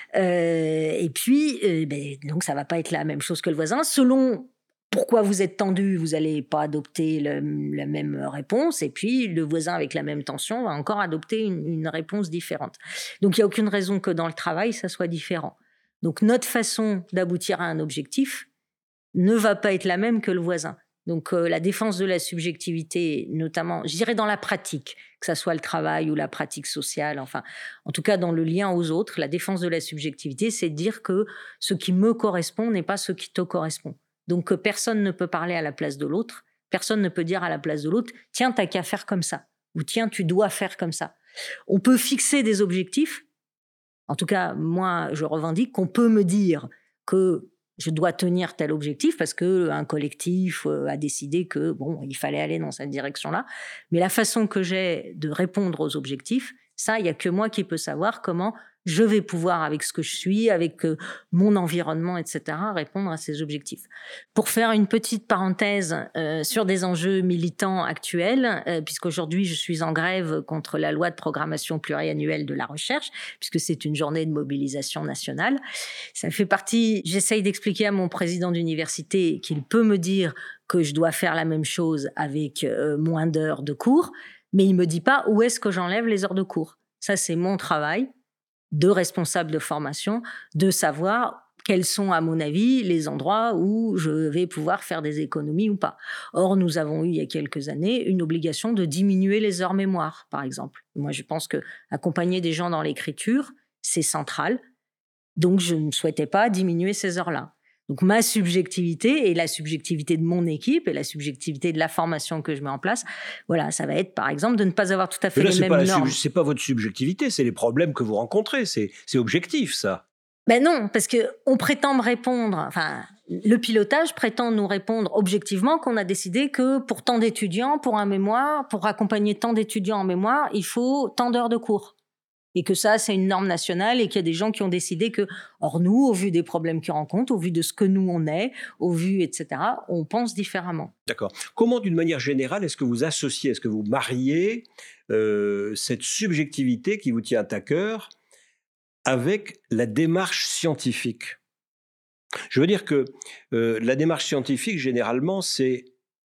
et puis donc ça va pas être la même chose que le voisin. Selon pourquoi vous êtes tendu, vous allez pas adopter la même réponse, et puis le voisin avec la même tension va encore adopter une réponse différente. Donc il y a aucune raison que dans le travail ça soit différent. Donc notre façon d'aboutir à un objectif ne va pas être la même que le voisin. Donc la défense de la subjectivité, notamment, je dirais dans la pratique, que ça soit le travail ou la pratique sociale, enfin, en tout cas dans le lien aux autres, la défense de la subjectivité, c'est de dire que ce qui me correspond n'est pas ce qui te correspond. Donc personne ne peut parler à la place de l'autre, personne ne peut dire à la place de l'autre « Tiens, t'as qu'à faire comme ça » ou « Tiens, tu dois faire comme ça ». On peut fixer des objectifs, en tout cas, moi, je revendique qu'on peut me dire que je dois tenir tel objectif parce qu'un collectif a décidé que il fallait aller dans cette direction-là. Mais la façon que j'ai de répondre aux objectifs, ça, il n'y a que moi qui peux savoir comment je vais pouvoir, avec ce que je suis, avec mon environnement, etc., répondre à ces objectifs. Pour faire une petite parenthèse sur des enjeux militants actuels, puisqu'aujourd'hui je suis en grève contre la loi de programmation pluriannuelle de la recherche, puisque c'est une journée de mobilisation nationale. Ça fait partie, j'essaye d'expliquer à mon président d'université qu'il peut me dire que je dois faire la même chose avec moins d'heures de cours, mais il me dit pas où est-ce que j'enlève les heures de cours. Ça, c'est mon travail de responsable de formation, de savoir quels sont, à mon avis, les endroits où je vais pouvoir faire des économies ou pas. Or, nous avons eu, il y a quelques années, une obligation de diminuer les heures mémoire, par exemple. Moi, je pense que accompagner des gens dans l'écriture, c'est central. Donc, je ne souhaitais pas diminuer ces heures-là. Donc, ma subjectivité et la subjectivité de mon équipe et la subjectivité de la formation que je mets en place, voilà, ça va être, par exemple, de ne pas avoir tout à fait les mêmes normes.
C'est pas votre subjectivité, c'est les problèmes que vous rencontrez. C'est objectif, ça.
Ben non, parce qu'on prétend me répondre, enfin, le pilotage prétend nous répondre objectivement qu'on a décidé que pour tant d'étudiants, pour un mémoire, pour accompagner tant d'étudiants en mémoire, il faut tant d'heures de cours. Et que ça, c'est une norme nationale et qu'il y a des gens qui ont décidé que, or nous, au vu des problèmes qu'ils rencontrent, au vu de ce que nous on est, au vu, etc., on pense différemment.
D'accord. Comment, d'une manière générale, est-ce que vous associez, est-ce que vous mariez cette subjectivité qui vous tient à cœur avec la démarche scientifique ? Je veux dire que la démarche scientifique, généralement, c'est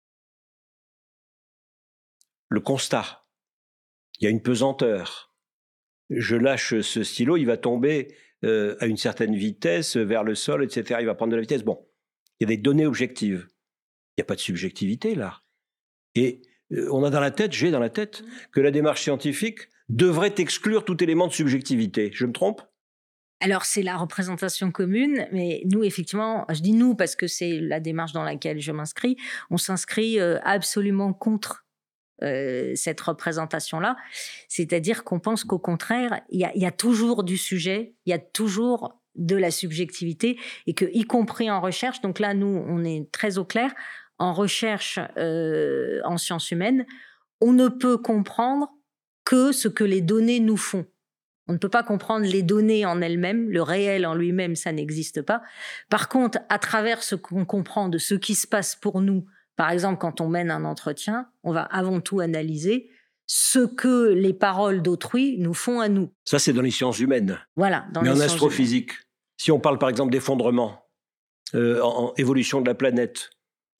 le constat. Il y a une pesanteur. Je lâche ce stylo, il va tomber à une certaine vitesse vers le sol, etc. Il va prendre de la vitesse. Bon, il y a des données objectives. Il n'y a pas de subjectivité, là. Et on a dans la tête, j'ai dans la tête, que la démarche scientifique devrait exclure tout élément de subjectivité. Je me trompe ?
Alors, c'est la représentation commune, mais nous, effectivement, je dis nous parce que c'est la démarche dans laquelle je m'inscris, on s'inscrit absolument contre cette représentation-là. C'est-à-dire qu'on pense qu'au contraire, il y a toujours du sujet, il y a toujours de la subjectivité, et que, y compris en recherche, donc là, nous, on est très au clair, en recherche en sciences humaines, on ne peut comprendre que ce que les données nous font. On ne peut pas comprendre les données en elles-mêmes, le réel en lui-même, ça n'existe pas. Par contre, à travers ce qu'on comprend de ce qui se passe pour nous, par exemple, quand on mène un entretien, on va avant tout analyser ce que les paroles d'autrui nous font à nous.
Ça, c'est dans les sciences humaines.
Voilà.
Mais en astrophysique, si on parle par exemple d'effondrement, en évolution de la planète,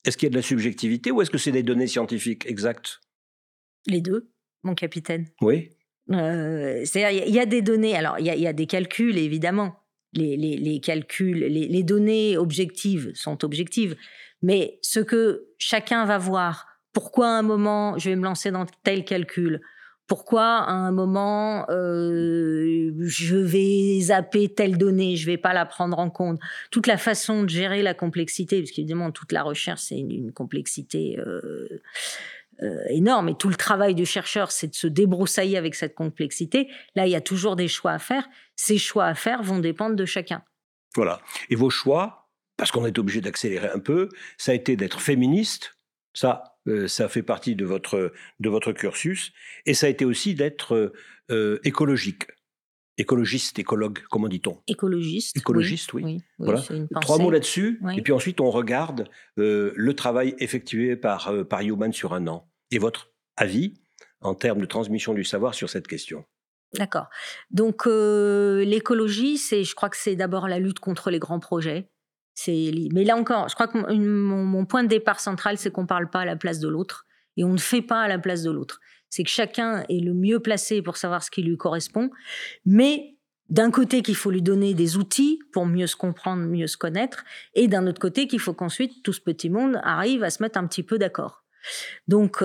Est-ce qu'il y a de la subjectivité ou est-ce que c'est des données scientifiques exactes?
Les deux, mon capitaine.
Oui.
C'est-à-dire, il y a des données, alors il y a des calculs, évidemment. Les calculs, les données objectives sont objectives, mais ce que chacun va voir, pourquoi à un moment je vais me lancer dans tel calcul, pourquoi à un moment je vais zapper telle donnée, je vais pas la prendre en compte, toute la façon de gérer la complexité, parce qu'évidemment toute la recherche c'est une complexité énorme, et tout le travail du chercheur c'est de se débroussailler avec cette complexité. Là il y a toujours des choix à faire, ces choix à faire vont dépendre de chacun.
Voilà. Et vos choix, parce qu'on est obligé d'accélérer un peu, ça a été d'être féministe, ça fait partie de votre cursus, et ça a été aussi d'être écologique. Écologiste, écologue, comment dit-on?
Écologiste,
oui.
Oui,
Voilà.
c'est une
3 mots là-dessus,
oui.
Et puis ensuite on regarde le travail effectué par Human sur un an. Et votre avis en termes de transmission du savoir sur cette question?
D'accord. Donc l'écologie, je crois que c'est d'abord la lutte contre les grands projets. Mais là encore, je crois que mon point de départ central, c'est qu'on ne parle pas à la place de l'autre et on ne fait pas à la place de l'autre. C'est que chacun est le mieux placé pour savoir ce qui lui correspond, mais d'un côté qu'il faut lui donner des outils pour mieux se comprendre, mieux se connaître, et d'un autre côté qu'il faut qu'ensuite tout ce petit monde arrive à se mettre un petit peu d'accord. Donc,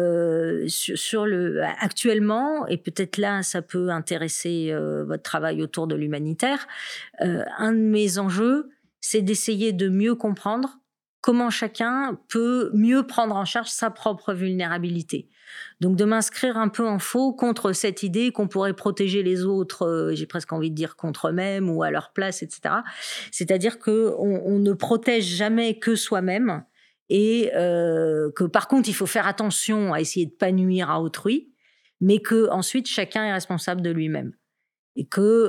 actuellement, et peut-être là, ça peut intéresser votre travail autour de l'humanitaire, un de mes enjeux, c'est d'essayer de mieux comprendre comment chacun peut mieux prendre en charge sa propre vulnérabilité. Donc, de m'inscrire un peu en faux contre cette idée qu'on pourrait protéger les autres, j'ai presque envie de dire contre eux-mêmes ou à leur place, etc. C'est-à-dire qu'on ne protège jamais que soi-même, et que par contre il faut faire attention à essayer de pas nuire à autrui, mais que ensuite chacun est responsable de lui-même, et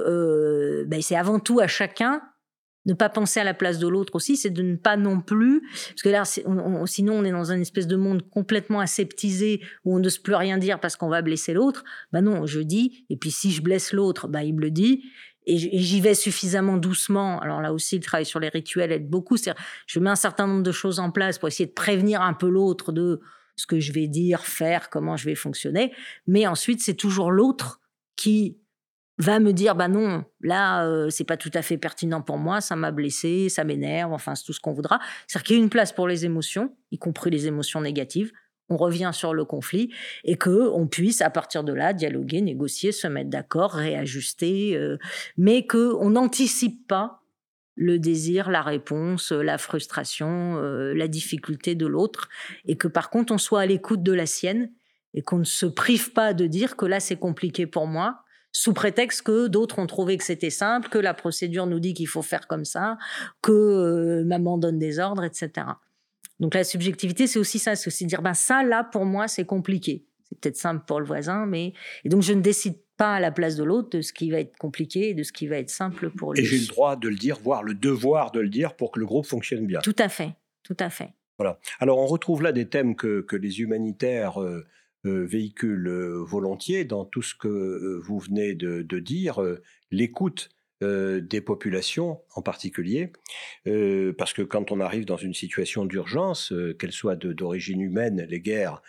que c'est avant tout à chacun ne pas penser à la place de l'autre aussi, c'est de ne pas non plus, parce que là sinon on est dans une espèce de monde complètement aseptisé où on n'ose plus rien dire parce qu'on va blesser l'autre. Non, je dis, et puis si je blesse l'autre, il me le dit. Et j'y vais suffisamment doucement. Alors là aussi, le travail sur les rituels aide beaucoup. C'est-à-dire, je mets un certain nombre de choses en place pour essayer de prévenir un peu l'autre de ce que je vais dire, faire, comment je vais fonctionner. Mais ensuite, c'est toujours l'autre qui va me dire, non, là, c'est pas tout à fait pertinent pour moi, ça m'a blessé, ça m'énerve, enfin, c'est tout ce qu'on voudra. C'est-à-dire qu'il y a une place pour les émotions, y compris les émotions négatives. On revient sur le conflit, et qu'on puisse, à partir de là, dialoguer, négocier, se mettre d'accord, réajuster, mais qu'on n'anticipe pas le désir, la réponse, la frustration, la difficulté de l'autre, et que par contre, on soit à l'écoute de la sienne, et qu'on ne se prive pas de dire que là, c'est compliqué pour moi, sous prétexte que d'autres ont trouvé que c'était simple, que la procédure nous dit qu'il faut faire comme ça, que maman donne des ordres, etc. Donc la subjectivité, c'est aussi ça, c'est aussi dire, ça, là, pour moi, c'est compliqué. C'est peut-être simple pour le voisin, mais... Et donc je ne décide pas à la place de l'autre de ce qui va être compliqué et de ce qui va être simple pour lui.
Et j'ai le droit de le dire, voire le devoir de le dire pour que le groupe fonctionne bien.
Tout à fait, tout à fait.
Voilà. Alors on retrouve là des thèmes que les humanitaires véhiculent volontiers dans tout ce que vous venez de dire, l'écoute des populations en particulier, parce que quand on arrive dans une situation d'urgence, qu'elle soit d'origine humaine, les guerres,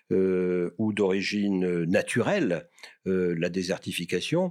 ou d'origine naturelle, la désertification,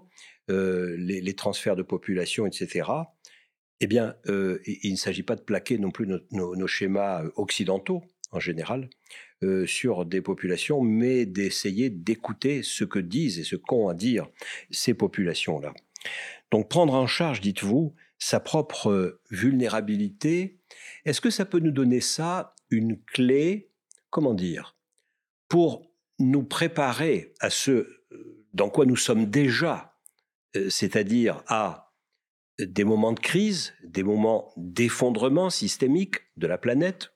les transferts de population, etc., eh bien, il ne s'agit pas de plaquer non plus nos schémas occidentaux, en général, sur des populations, mais d'essayer d'écouter ce que disent et ce qu'ont à dire ces populations-là. Donc prendre en charge, dites-vous, sa propre vulnérabilité, est-ce que ça peut nous donner ça, une clé, comment dire, pour nous préparer à ce dans quoi nous sommes déjà, c'est-à-dire à des moments de crise, des moments d'effondrement systémique de la planète,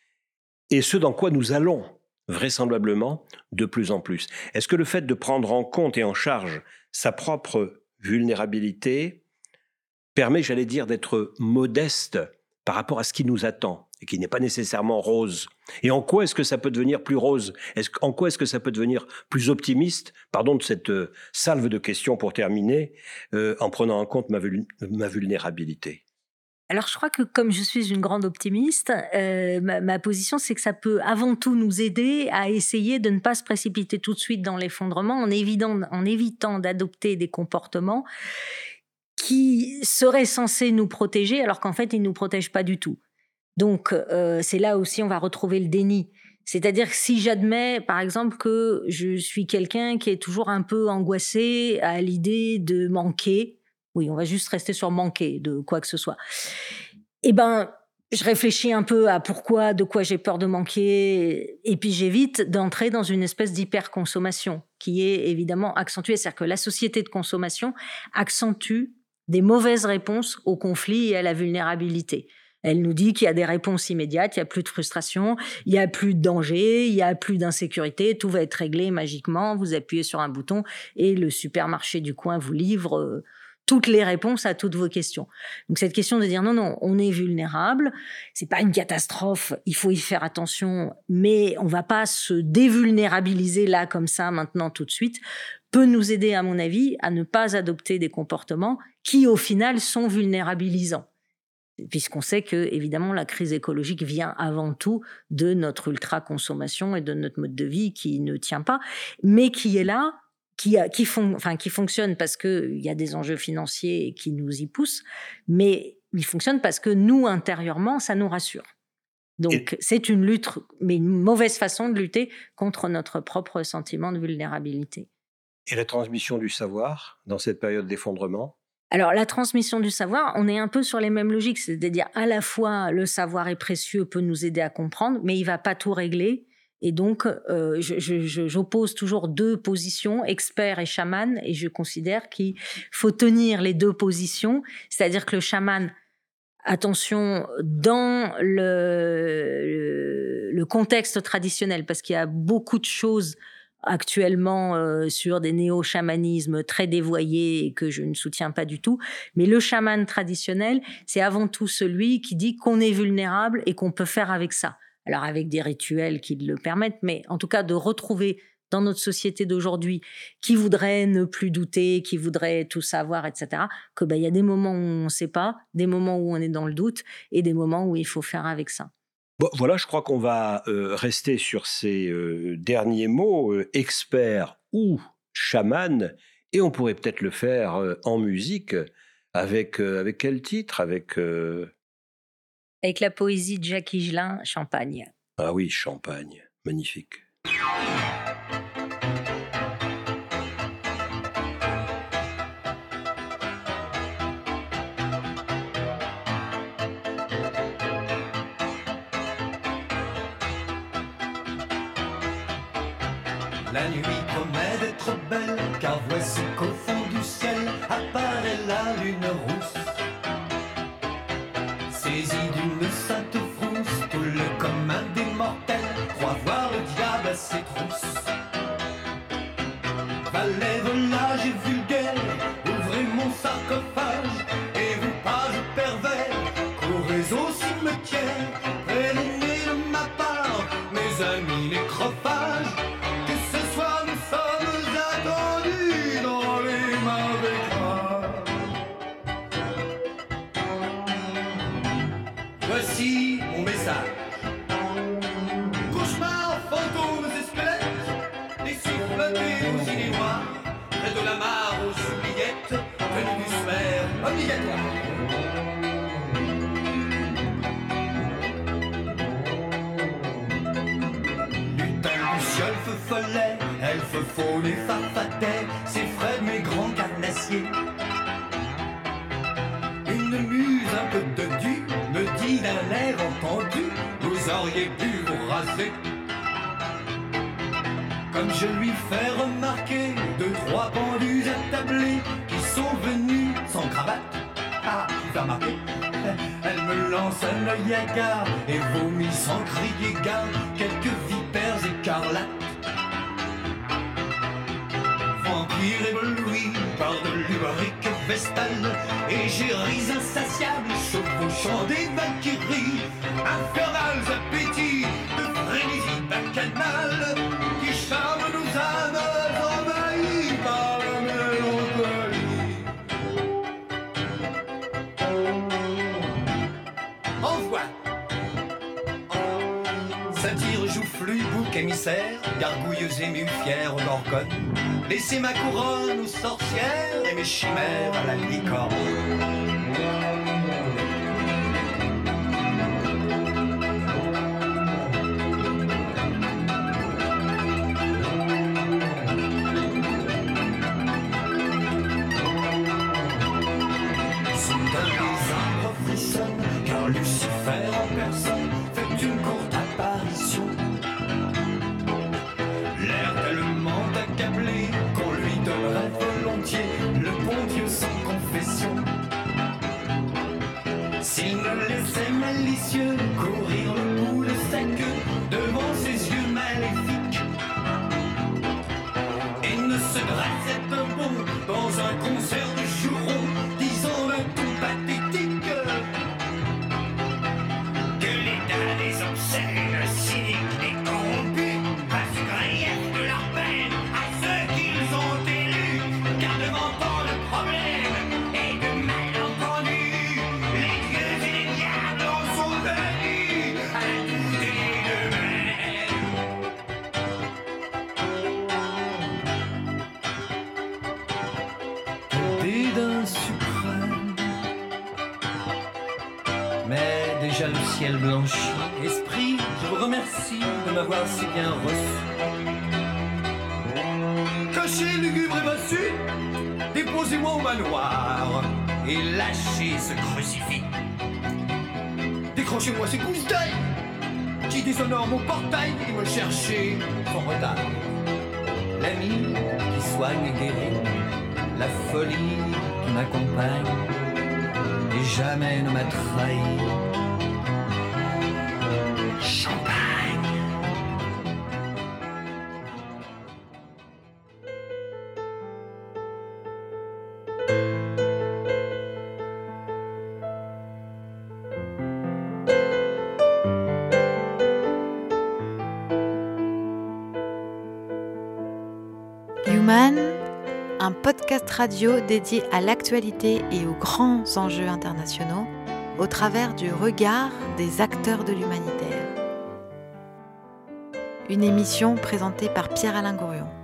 et ce dans quoi nous allons vraisemblablement de plus en plus. Est-ce que le fait de prendre en compte et en charge sa propre vulnérabilité permet, j'allais dire, d'être modeste par rapport à ce qui nous attend et qui n'est pas nécessairement rose? Et en quoi est-ce que ça peut devenir plus rose? En quoi est-ce que ça peut devenir plus optimiste? Pardon de cette salve de questions pour terminer, en prenant en compte ma vulnérabilité.
Alors, je crois que comme je suis une grande optimiste, ma position, c'est que ça peut avant tout nous aider à essayer de ne pas se précipiter tout de suite dans l'effondrement en évitant d'adopter des comportements qui seraient censés nous protéger alors qu'en fait, ils ne nous protègent pas du tout. Donc, c'est là aussi on va retrouver le déni. C'est-à-dire que si j'admets, par exemple, que je suis quelqu'un qui est toujours un peu angoissé à l'idée de manquer, oui, on va juste rester sur manquer de quoi que ce soit. Eh ben, je réfléchis un peu à de quoi j'ai peur de manquer, et puis j'évite d'entrer dans une espèce d'hyperconsommation qui est évidemment accentuée. C'est-à-dire que la société de consommation accentue des mauvaises réponses au conflit et à la vulnérabilité. Elle nous dit qu'il y a des réponses immédiates, il n'y a plus de frustration, il n'y a plus de danger, il n'y a plus d'insécurité, tout va être réglé magiquement, vous appuyez sur un bouton et le supermarché du coin vous livre toutes les réponses à toutes vos questions. Donc cette question de dire non, on est vulnérable, c'est pas une catastrophe, il faut y faire attention, mais on va pas se dévulnérabiliser là comme ça maintenant tout de suite, peut nous aider à mon avis à ne pas adopter des comportements qui au final sont vulnérabilisants. Puisqu'on sait que, évidemment, la crise écologique vient avant tout de notre ultra-consommation et de notre mode de vie qui ne tient pas, mais qui est là, qui fonctionne parce qu'il y a des enjeux financiers qui nous y poussent, mais il fonctionne parce que nous, intérieurement, ça nous rassure. Donc, c'est une lutte, mais une mauvaise façon de lutter contre notre propre sentiment de vulnérabilité.
Et la transmission du savoir dans cette période d'effondrement ?
Alors, la transmission du savoir, on est un peu sur les mêmes logiques, c'est-à-dire à la fois le savoir est précieux, peut nous aider à comprendre, mais il ne va pas tout régler. Et donc, j'oppose toujours deux positions, expert et chaman, et je considère qu'il faut tenir les deux positions, c'est-à-dire que le chaman, attention, dans le contexte traditionnel, parce qu'il y a beaucoup de choses actuellement sur des néo-chamanismes très dévoyés et que je ne soutiens pas du tout. Mais le chaman traditionnel, c'est avant tout celui qui dit qu'on est vulnérable et qu'on peut faire avec ça. Alors avec des rituels qui le permettent, mais en tout cas de retrouver dans notre société d'aujourd'hui qui voudrait ne plus douter, qui voudrait tout savoir, etc., que y a des moments où on ne sait pas, des moments où on est dans le doute et des moments où il faut faire avec ça.
Bon, voilà, je crois qu'on va rester sur ces derniers mots, expert ou chaman, et on pourrait peut-être le faire en musique, avec quel titre ? Avec
la poésie de Jacques Higelin, Champagne.
Ah oui, Champagne, magnifique.
La nuit promet d'être belle, car voici qu'au fond du ciel apparaît la lune rousse. Saisi d'une sainte frousse, tout le commun des mortels croit voir le diable à ses trousses. Valets, volages et vulgaires, ouvrez mon sarcophage, et vous pages pervers, courez au cimetière, prévenez de ma part, mes amis nécrophages. Voici mon message. Cauchemars, fantômes et squelettes, laissez flotter aux idées noires, près de la mare aux oubliettes, venus du sphère obligatoire. Lutin, luciole, feu follet, elfe faune et farfadet, c'est Fred mes grands carnassiers. Une muse un peu dodue me dit d'un air entendu, vous auriez pu vous raser. Comme je lui fais remarquer deux, trois pendus attablés qui sont venus sans cravate. Ah, tu fais remarquer. Elle me lance un œil hagard et vomit sans crier gare quelques vipères écarlates. Vampire ébloui par de l'ubérique vestale, égéries insatiables chevauchant des valkyries, infernales appétits de frénésie bacchanale qui charment nos âmes envahies par la mélancolie.
bouc émissaire, gargouilleuse émue, fière aux gorgones. Laissez ma couronne aux sorcières et mes chimères à la licorne. Car Lucifer en personne fait une courte apparition. L'air tellement accablé qu'on lui donnerait volontiers le bon Dieu sans confession. S'il ne laissait malicieux courir le bout de sa queue devant ses yeux maléfiques et ne se dressait un bond dans un concert de jurons disant d'un ton pathétique obscènes, cyniques et corrompus fassent grief de leur peine à ceux qu'ils ont élus. Car devant tant de problèmes et de malentendus, les dieux et les diables en sont venus à douter d'eux-mêmes. Dédain suprême, mais déjà le ciel blanchit. Esprit, je vous remercie de m'avoir si bien reçu. Cocher lugubre et bossu, déposez-moi au manoir et lâchez ce crucifix. Décrochez-moi ces gousses d'ail qui déshonorent mon portail et me cherchez sans retard. L'ami qui soigne et guérit, la folie qui m'accompagne et jamais ne m'a trahi.
Human, un podcast radio dédié à l'actualité et aux grands enjeux internationaux au travers du regard des acteurs de l'humanitaire. Une émission présentée par Pierre-Alain Gourion.